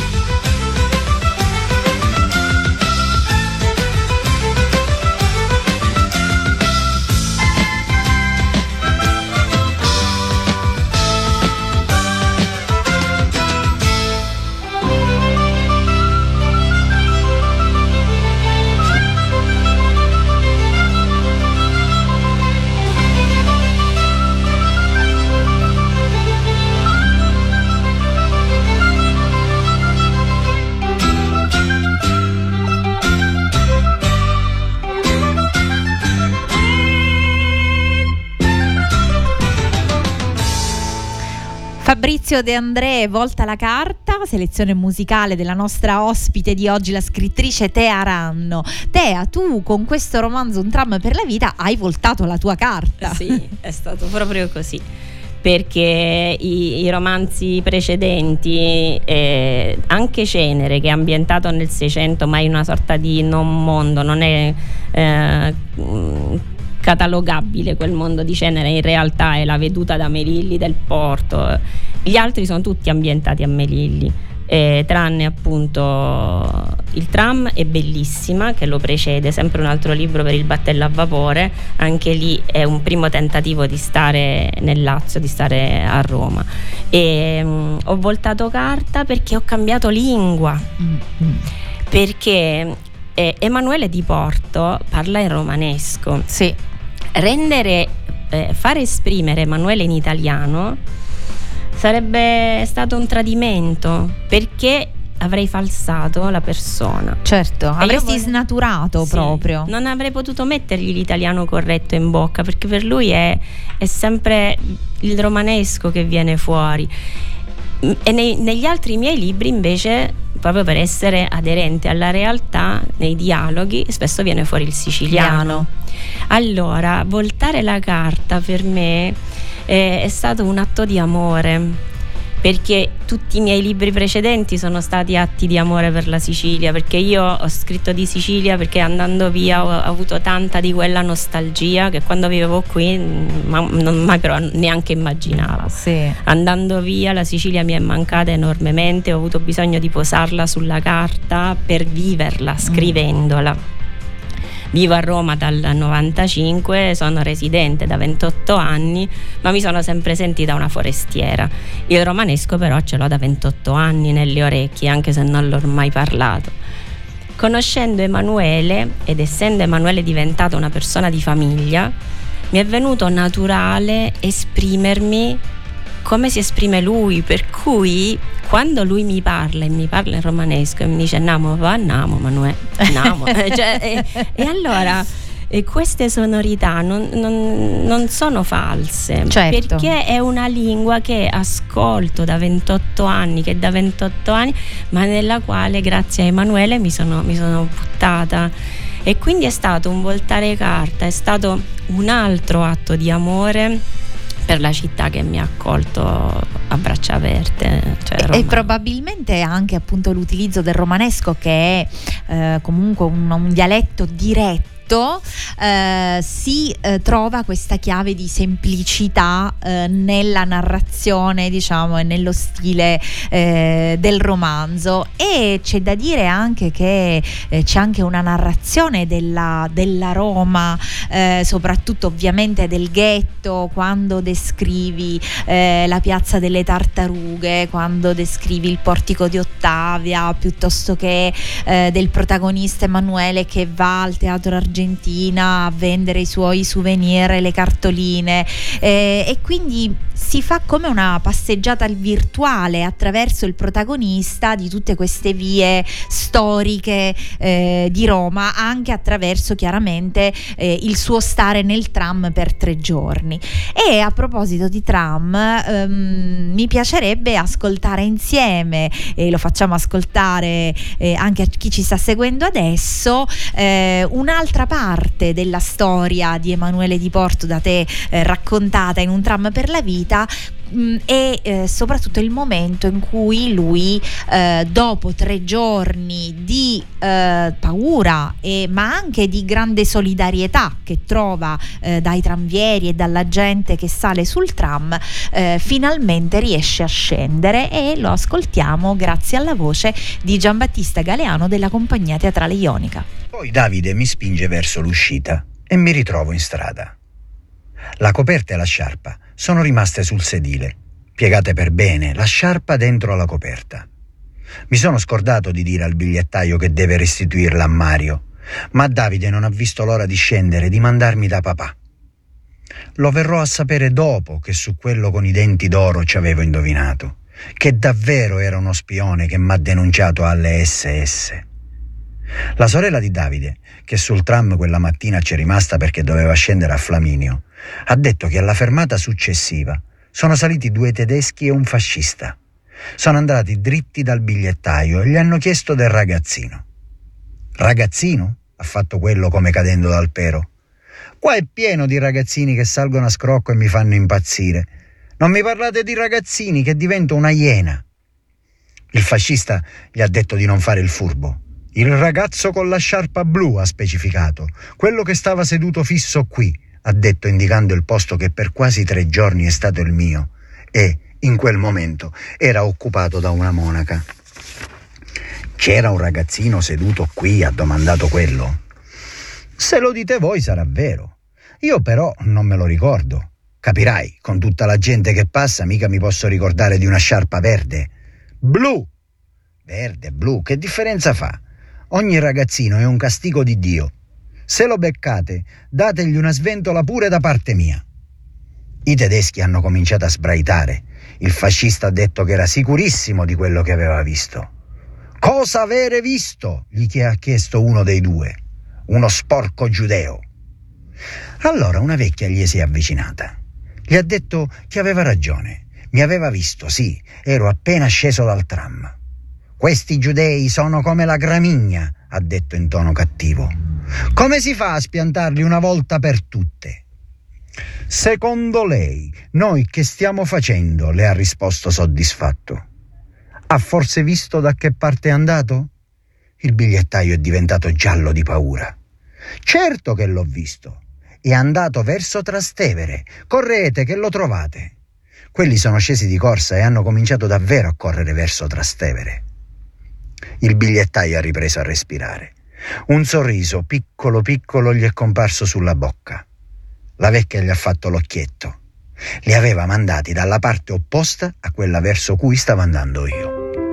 Speaker 3: Fabrizio De André, volta la carta, selezione musicale della nostra ospite di oggi, la scrittrice Tea Ranno. Tea, tu con questo romanzo Un tram per la vita hai voltato la tua carta.
Speaker 5: Sì, è stato proprio così, perché i, i romanzi precedenti, eh, anche Cenere, che è ambientato nel Seicento ma in una sorta di non mondo, non è eh, catalogabile quel mondo di Cenere, in realtà è la veduta da Melilli del porto, gli altri sono tutti ambientati a Melilli, eh, tranne appunto Il tram è bellissima, che lo precede, sempre un altro libro per il battello a vapore, anche lì è un primo tentativo di stare nel Lazio, di stare a Roma, e um, ho voltato carta perché ho cambiato lingua, mm-hmm. perché eh, Emanuele Di Porto parla in romanesco.
Speaker 3: Sì.
Speaker 5: Rendere, eh, fare esprimere Emanuele in italiano sarebbe stato un tradimento, perché avrei falsato la persona.
Speaker 3: Certo,
Speaker 5: e
Speaker 3: avresti
Speaker 5: vorrei...
Speaker 3: snaturato, sì, proprio.
Speaker 5: Non avrei potuto mettergli l'italiano corretto in bocca, perché per lui è, è sempre il romanesco che viene fuori. E nei, negli altri miei libri invece, proprio per essere aderente alla realtà, nei dialoghi spesso viene fuori il siciliano. Allora, voltare la carta per me è, è stato un atto di amore, perché tutti i miei libri precedenti sono stati atti di amore per la Sicilia, perché io ho scritto di Sicilia perché andando via ho avuto tanta di quella nostalgia che quando vivevo qui ma, non mai però neanche immaginavo.
Speaker 3: Sì.
Speaker 5: Andando via la Sicilia mi è mancata enormemente, ho avuto bisogno di posarla sulla carta per viverla, scrivendola. Mm. Vivo a Roma dal novantacinque, sono residente da ventotto anni, ma mi sono sempre sentita una forestiera. Il romanesco però ce l'ho da ventotto anni nelle orecchie, anche se non l'ho mai parlato. Conoscendo Emanuele ed essendo Emanuele diventato una persona di famiglia, mi è venuto naturale esprimermi come si esprime lui, per cui quando lui mi parla e mi parla in romanesco e mi dice namo va namo Manuele namo cioè, e, e allora e queste sonorità non, non, non sono false,
Speaker 3: certo,
Speaker 5: perché è una lingua che ascolto da ventotto anni, che da ventotto anni, ma nella quale grazie a Emanuele mi sono, mi sono buttata, e quindi è stato un voltare carta, è stato un altro atto di amore per la città che mi ha accolto a braccia aperte, cioè
Speaker 3: e, e probabilmente anche appunto l'utilizzo del romanesco, che è eh, comunque un, un dialetto diretto, eh, si eh, trova questa chiave di semplicità eh, nella narrazione, diciamo, e nello stile eh, del romanzo. E c'è da dire anche che eh, c'è anche una narrazione della, della Roma, eh, soprattutto ovviamente del ghetto, quando descrivi eh, la piazza delle Tartarughe, quando descrivi il portico di Ottavia, piuttosto che eh, del protagonista Emanuele che va al Teatro Argentina a vendere i suoi souvenir, le cartoline, eh, e quindi si fa come una passeggiata virtuale attraverso il protagonista di tutte queste vie storiche eh, di Roma, anche attraverso chiaramente eh, il suo stare nel tram per tre giorni. E a proposito di tram, ehm, mi piacerebbe ascoltare insieme, e lo facciamo ascoltare eh, anche a chi ci sta seguendo adesso, eh, un'altra parte della storia di Emanuele Di Porto da te eh, raccontata in Un tram per la vita, mh, e eh, soprattutto il momento in cui lui eh, dopo tre giorni di eh, paura e, ma anche di grande solidarietà che trova eh, dai tranvieri e dalla gente che sale sul tram, eh, finalmente riesce a scendere, e lo ascoltiamo grazie alla voce di Giambattista Galeano della Compagnia Teatrale Ionica.
Speaker 4: Poi Davide mi spinge verso l'uscita e mi ritrovo in strada. La coperta e la sciarpa sono rimaste sul sedile, piegate per bene, la sciarpa dentro la coperta. Mi sono scordato di dire al bigliettaio che deve restituirla a Mario, ma Davide non ha visto l'ora di scendere e di mandarmi da papà. Lo verrò a sapere dopo che su quello con i denti d'oro ci avevo indovinato, che davvero era uno spione che m'ha denunciato alle esse esse. La sorella di Davide, che sul tram quella mattina c'è rimasta perché doveva scendere a Flaminio, ha detto che alla fermata successiva sono saliti due tedeschi e un fascista. Sono andati dritti dal bigliettaio e gli hanno chiesto del ragazzino. Ragazzino? Ha fatto quello come cadendo dal pero. Qua è pieno di ragazzini che salgono a scrocco e mi fanno impazzire. Non mi parlate di ragazzini, che divento una iena. Il fascista gli ha detto di non fare il furbo. Il ragazzo con la sciarpa blu, ha specificato, quello che stava seduto fisso qui, ha detto indicando il posto che per quasi tre giorni è stato il mio e, in quel momento, era occupato da una monaca. C'era un ragazzino seduto qui, ha domandato quello. Se lo dite voi sarà vero. Io però non me lo ricordo. Capirai, con tutta la gente che passa mica mi posso ricordare di una sciarpa verde. Blu! Verde, blu, che differenza fa? Ogni ragazzino è un castigo di Dio. Se lo beccate, dategli una sventola pure da parte mia. I tedeschi hanno cominciato a sbraitare. Il fascista ha detto che era sicurissimo di quello che aveva visto. Cosa avere visto? Gli ha chiesto uno dei due. Uno sporco giudeo. Allora una vecchia gli si è avvicinata. Gli ha detto che aveva ragione. Mi aveva visto, sì, ero appena sceso dal tram. Questi giudei sono come la gramigna, ha detto in tono cattivo. Come si fa a spiantarli una volta per tutte? Secondo lei, noi che stiamo facendo? Le ha risposto soddisfatto. Ha forse visto da che parte è andato? Il bigliettaio è diventato giallo di paura. Certo che l'ho visto. È andato verso Trastevere. Correte che lo trovate. Quelli sono scesi di corsa e hanno cominciato davvero a correre verso Trastevere. Il bigliettaio ha ripreso a respirare. Un sorriso piccolo piccolo gli è comparso sulla bocca. La vecchia gli ha fatto l'occhietto. Li aveva mandati dalla parte opposta a quella verso cui stavo andando io.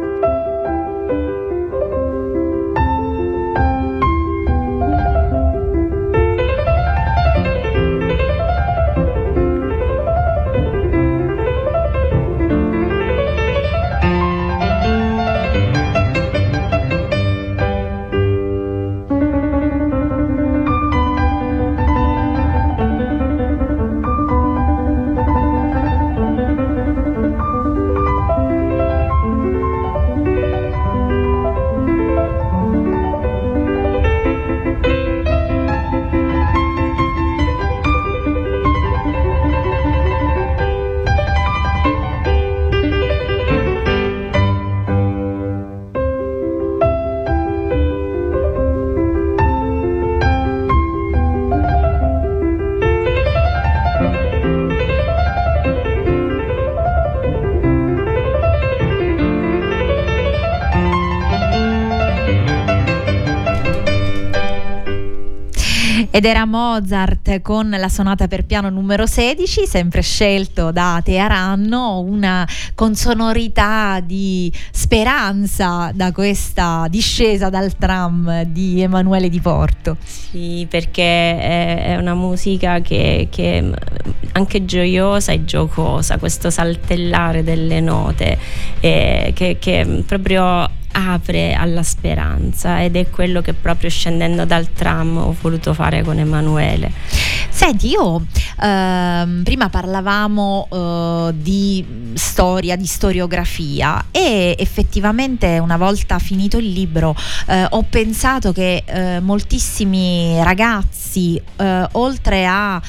Speaker 3: Ed era Mozart con la sonata per piano numero sedici, sempre scelto da Tearanno, una consonorità di speranza da questa discesa dal tram di Emanuele di Porto.
Speaker 5: Sì, perché è, è una musica che, che è anche gioiosa e giocosa, questo saltellare delle note eh, che, che proprio apre alla speranza, ed è quello che proprio scendendo dal tram ho voluto fare con Emanuele.
Speaker 3: Senti, io ehm, prima parlavamo eh, di storia, di storiografia, e effettivamente una volta finito il libro eh, ho pensato che eh, moltissimi ragazzi eh, oltre a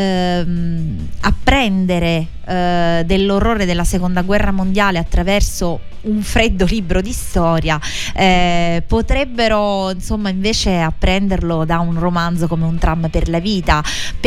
Speaker 3: ehm, apprendere eh, dell'orrore della seconda guerra mondiale attraverso un freddo libro di storia, eh, potrebbero insomma invece apprenderlo da un romanzo come Un tram per la vita,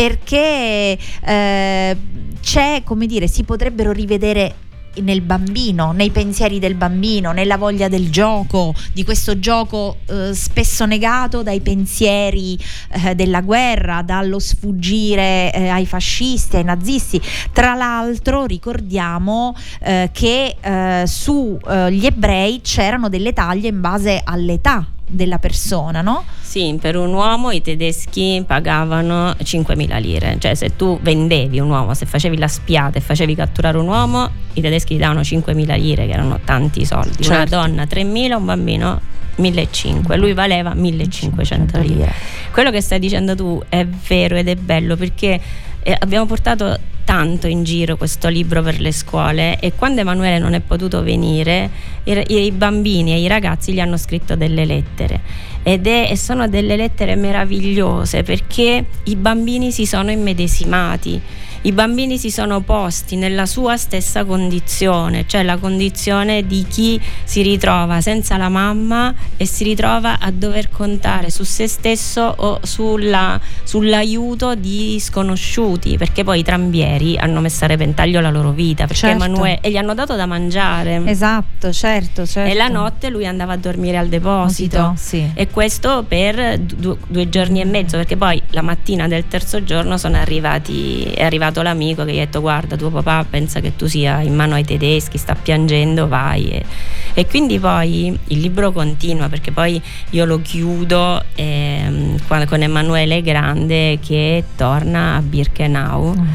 Speaker 3: perché eh, c'è, come dire, si potrebbero rivedere nel bambino, nei pensieri del bambino, nella voglia del gioco, di questo gioco eh, spesso negato dai pensieri eh, della guerra, dallo sfuggire eh, ai fascisti, ai nazisti. Tra l'altro ricordiamo eh, che eh, su eh, gli ebrei c'erano delle taglie in base all'età della persona, no?
Speaker 5: Sì, per un uomo i tedeschi pagavano cinquemila lire, cioè se tu vendevi un uomo, se facevi la spiata e facevi catturare un uomo, i tedeschi ti davano cinquemila lire, che erano tanti soldi. Certo. Una donna tremila, un bambino millecinquecento, lui valeva millecinquecento lire. Quello che stai dicendo tu è vero ed è bello, perché eh, abbiamo portato tanto in giro questo libro per le scuole, e quando Emanuele non è potuto venire i, i bambini e i ragazzi gli hanno scritto delle lettere, ed è, e sono delle lettere meravigliose, perché i bambini si sono immedesimati, i bambini si sono posti nella sua stessa condizione, cioè la condizione di chi si ritrova senza la mamma e si ritrova a dover contare su se stesso o sulla, sull'aiuto di sconosciuti, perché poi i trambieri hanno messo a repentaglio la loro vita, perché
Speaker 3: certo.
Speaker 5: Emanuele, e gli hanno dato da mangiare.
Speaker 3: Esatto, certo, certo.
Speaker 5: E la notte lui andava a dormire al deposito,
Speaker 3: sì.
Speaker 5: E questo per due, due giorni e mezzo, perché poi la mattina del terzo giorno sono arrivati, è arrivato l'amico che gli ha detto: guarda, tuo papà pensa che tu sia in mano ai tedeschi, sta piangendo, vai. E, e quindi poi il libro continua, perché poi io lo chiudo ehm, con Emanuele Grande che torna a Birkenau. Mm.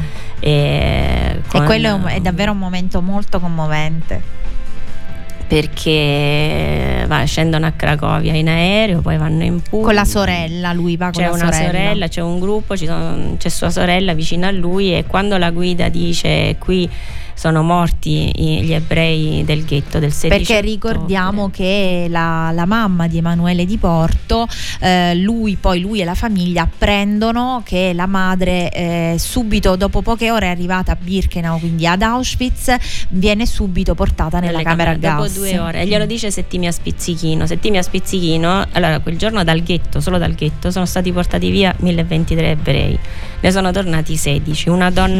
Speaker 5: E, con,
Speaker 3: e quello è, un, è davvero un momento molto commovente,
Speaker 5: perché va, scendono a Cracovia in aereo, poi vanno in Puglia
Speaker 3: con la sorella, lui va con
Speaker 5: c'è
Speaker 3: la
Speaker 5: una
Speaker 3: sorella.
Speaker 5: sorella, c'è un gruppo, ci sono, c'è sua sorella vicino a lui, e quando la guida dice: qui sono morti gli ebrei del ghetto del sedici
Speaker 3: perché ricordiamo
Speaker 5: ottobre.
Speaker 3: Che la, la mamma di Emanuele di Porto, eh, lui poi lui e la famiglia apprendono che la madre eh, subito dopo poche ore è arrivata a Birkenau, quindi ad Auschwitz, viene subito portata nella
Speaker 5: Nelle
Speaker 3: camera a gas
Speaker 5: dopo due ore, e glielo dice Settimia Spizzichino. Settimia Spizzichino, allora quel giorno dal ghetto, solo dal ghetto, sono stati portati via mille e ventitré ebrei, ne sono tornati sedici, una donna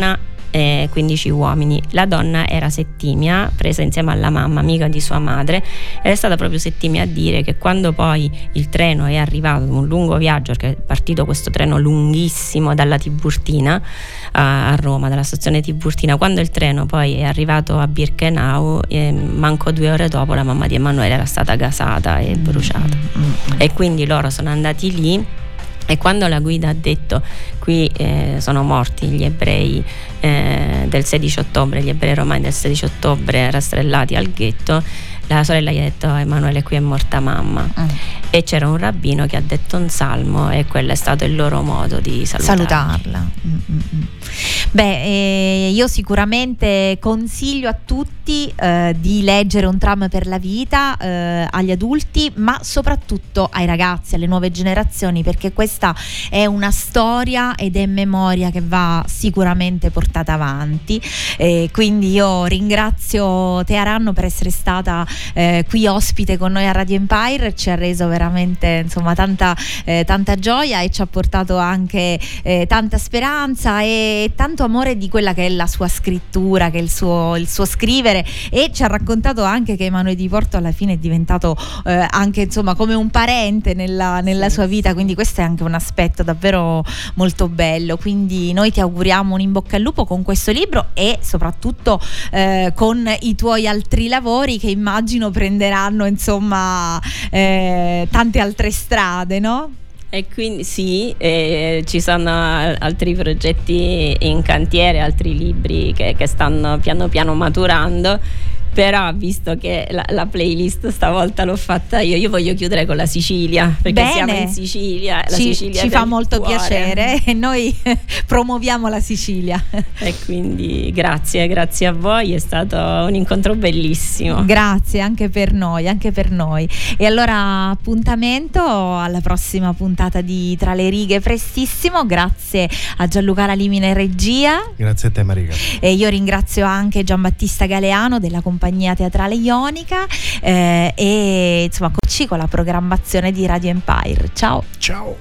Speaker 5: eh, quindici uomini. La donna era Settimia, presa insieme alla mamma, amica di sua madre, ed è stata proprio Settimia a dire che quando poi il treno è arrivato, un lungo viaggio, perché è partito questo treno lunghissimo dalla Tiburtina a, a Roma, dalla stazione Tiburtina, quando il treno poi è arrivato a Birkenau, eh, manco due ore dopo la mamma di Emanuele era stata gasata e bruciata. Mm-hmm. E quindi loro sono andati lì, e quando la guida ha detto qui eh, sono morti gli ebrei eh, del sedici ottobre, gli ebrei romani del sedici ottobre rastrellati al ghetto, la sorella gli ha detto: Emanuele, qui è morta mamma. Mm. E c'era un rabbino che ha detto un salmo, e quello è stato il loro modo di salutarla,
Speaker 3: salutarla. Mm-hmm. Beh, eh, io sicuramente consiglio a tutti eh, di leggere Un tram per la vita, eh, agli adulti, ma soprattutto ai ragazzi, alle nuove generazioni, perché questa è una storia ed è memoria che va sicuramente portata avanti. Eh, quindi io ringrazio Tea Ranno per essere stata eh, qui ospite con noi a Radio Empire, ci ha reso veramente, insomma, tanta, eh, tanta gioia, e ci ha portato anche eh, tanta speranza e tanto amore di quella che è la sua scrittura, che è il suo, il suo scrivere, e ci ha raccontato anche che Emanuele Di Porto alla fine è diventato eh, anche, insomma, come un parente nella, nella
Speaker 5: sì,
Speaker 3: sua vita, quindi questo è anche un aspetto davvero molto bello. Quindi noi ti auguriamo un in bocca al lupo con questo libro, e soprattutto eh, con i tuoi altri lavori, che immagino prenderanno, insomma, eh, tante altre strade, no?
Speaker 5: E quindi sì, eh, ci sono altri progetti in cantiere, altri libri che, che stanno piano piano maturando. Però visto che la, la playlist stavolta l'ho fatta io, io voglio chiudere con la Sicilia, perché
Speaker 3: Bene.
Speaker 5: siamo in Sicilia, la
Speaker 3: ci,
Speaker 5: Sicilia
Speaker 3: ci fa
Speaker 5: del
Speaker 3: molto
Speaker 5: cuore.
Speaker 3: piacere, e noi promuoviamo la Sicilia.
Speaker 5: E quindi grazie, grazie a voi, è stato un incontro bellissimo.
Speaker 3: Grazie anche per noi, anche per noi. E allora appuntamento alla prossima puntata di Tra le righe prestissimo. Grazie a Gianluca Limina in regia.
Speaker 10: Grazie a te, Marica.
Speaker 3: E io ringrazio anche Giambattista Galeano della compagnia teatrale Ionica, eh, e insomma eccoci con la programmazione di Radio Empire. Ciao.
Speaker 10: Ciao.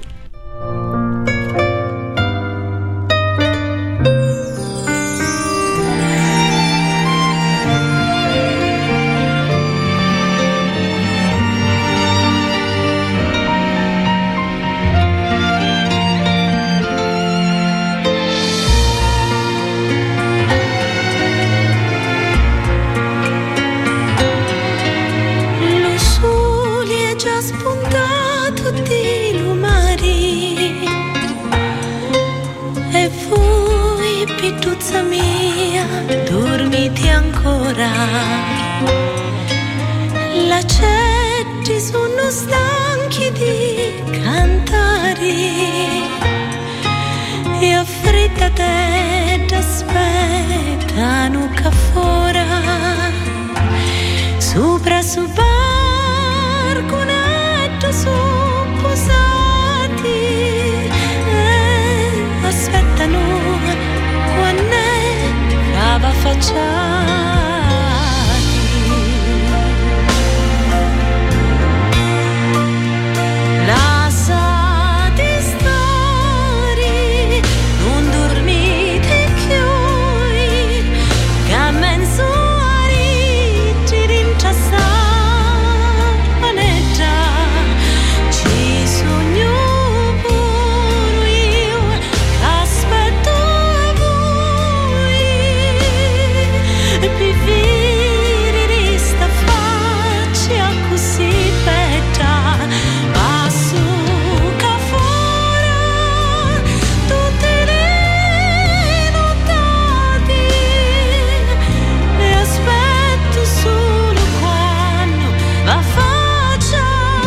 Speaker 11: Pittuzza mia, dormiti ancora? L'accetti sono stanchi di cantare, e affrettate ed aspettano che fora, sopra su barconetto su posati, e aspettano cava facciati. Lasciati stare, non dormite più, che a mezz'ora ci rinciassa maneggia, ci sogno pure io, che aspetto vivere resta faccia così bella, passo che fuori tutte le nottate, e aspetto solo quando la faccia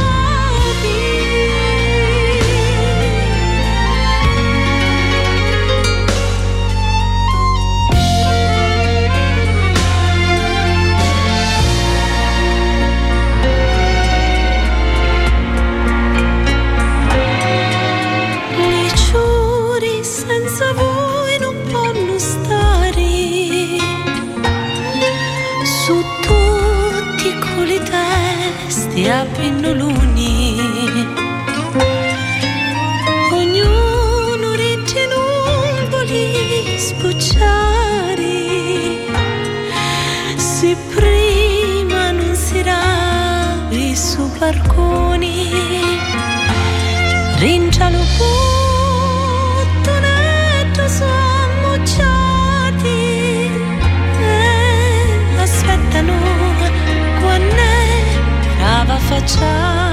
Speaker 11: senza voi non possono stare, su tutti quelle teste a pennoloni, ognuno ritiene un voli sbucciare. barconi, rincialo buttonetto su ammucciati e aspettano quando è brava facciati.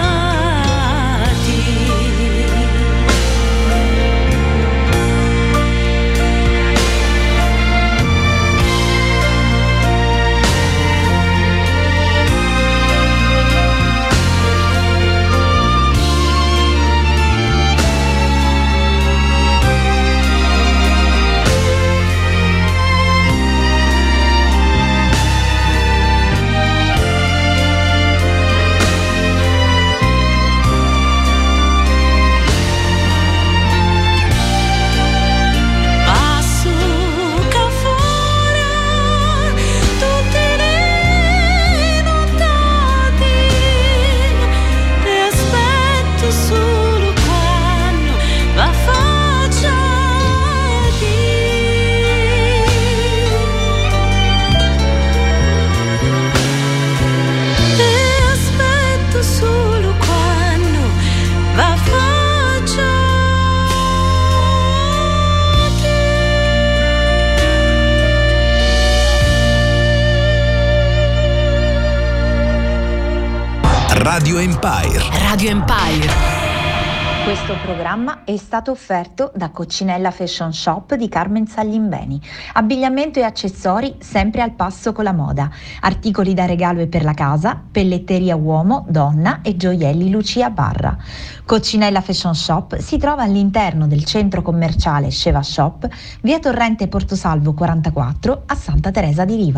Speaker 10: Radio Empire.
Speaker 1: Radio Empire. Questo programma è stato offerto da Coccinella Fashion Shop di Carmen Saglimbeni. Abbigliamento e accessori sempre al passo con la moda. Articoli da regalo e per la casa, pelletteria uomo, donna e gioielli Lucia Barra. Coccinella Fashion Shop si trova all'interno del centro commerciale Sceva Shop, via Torrente Portosalvo quarantaquattro a Santa Teresa di Riva.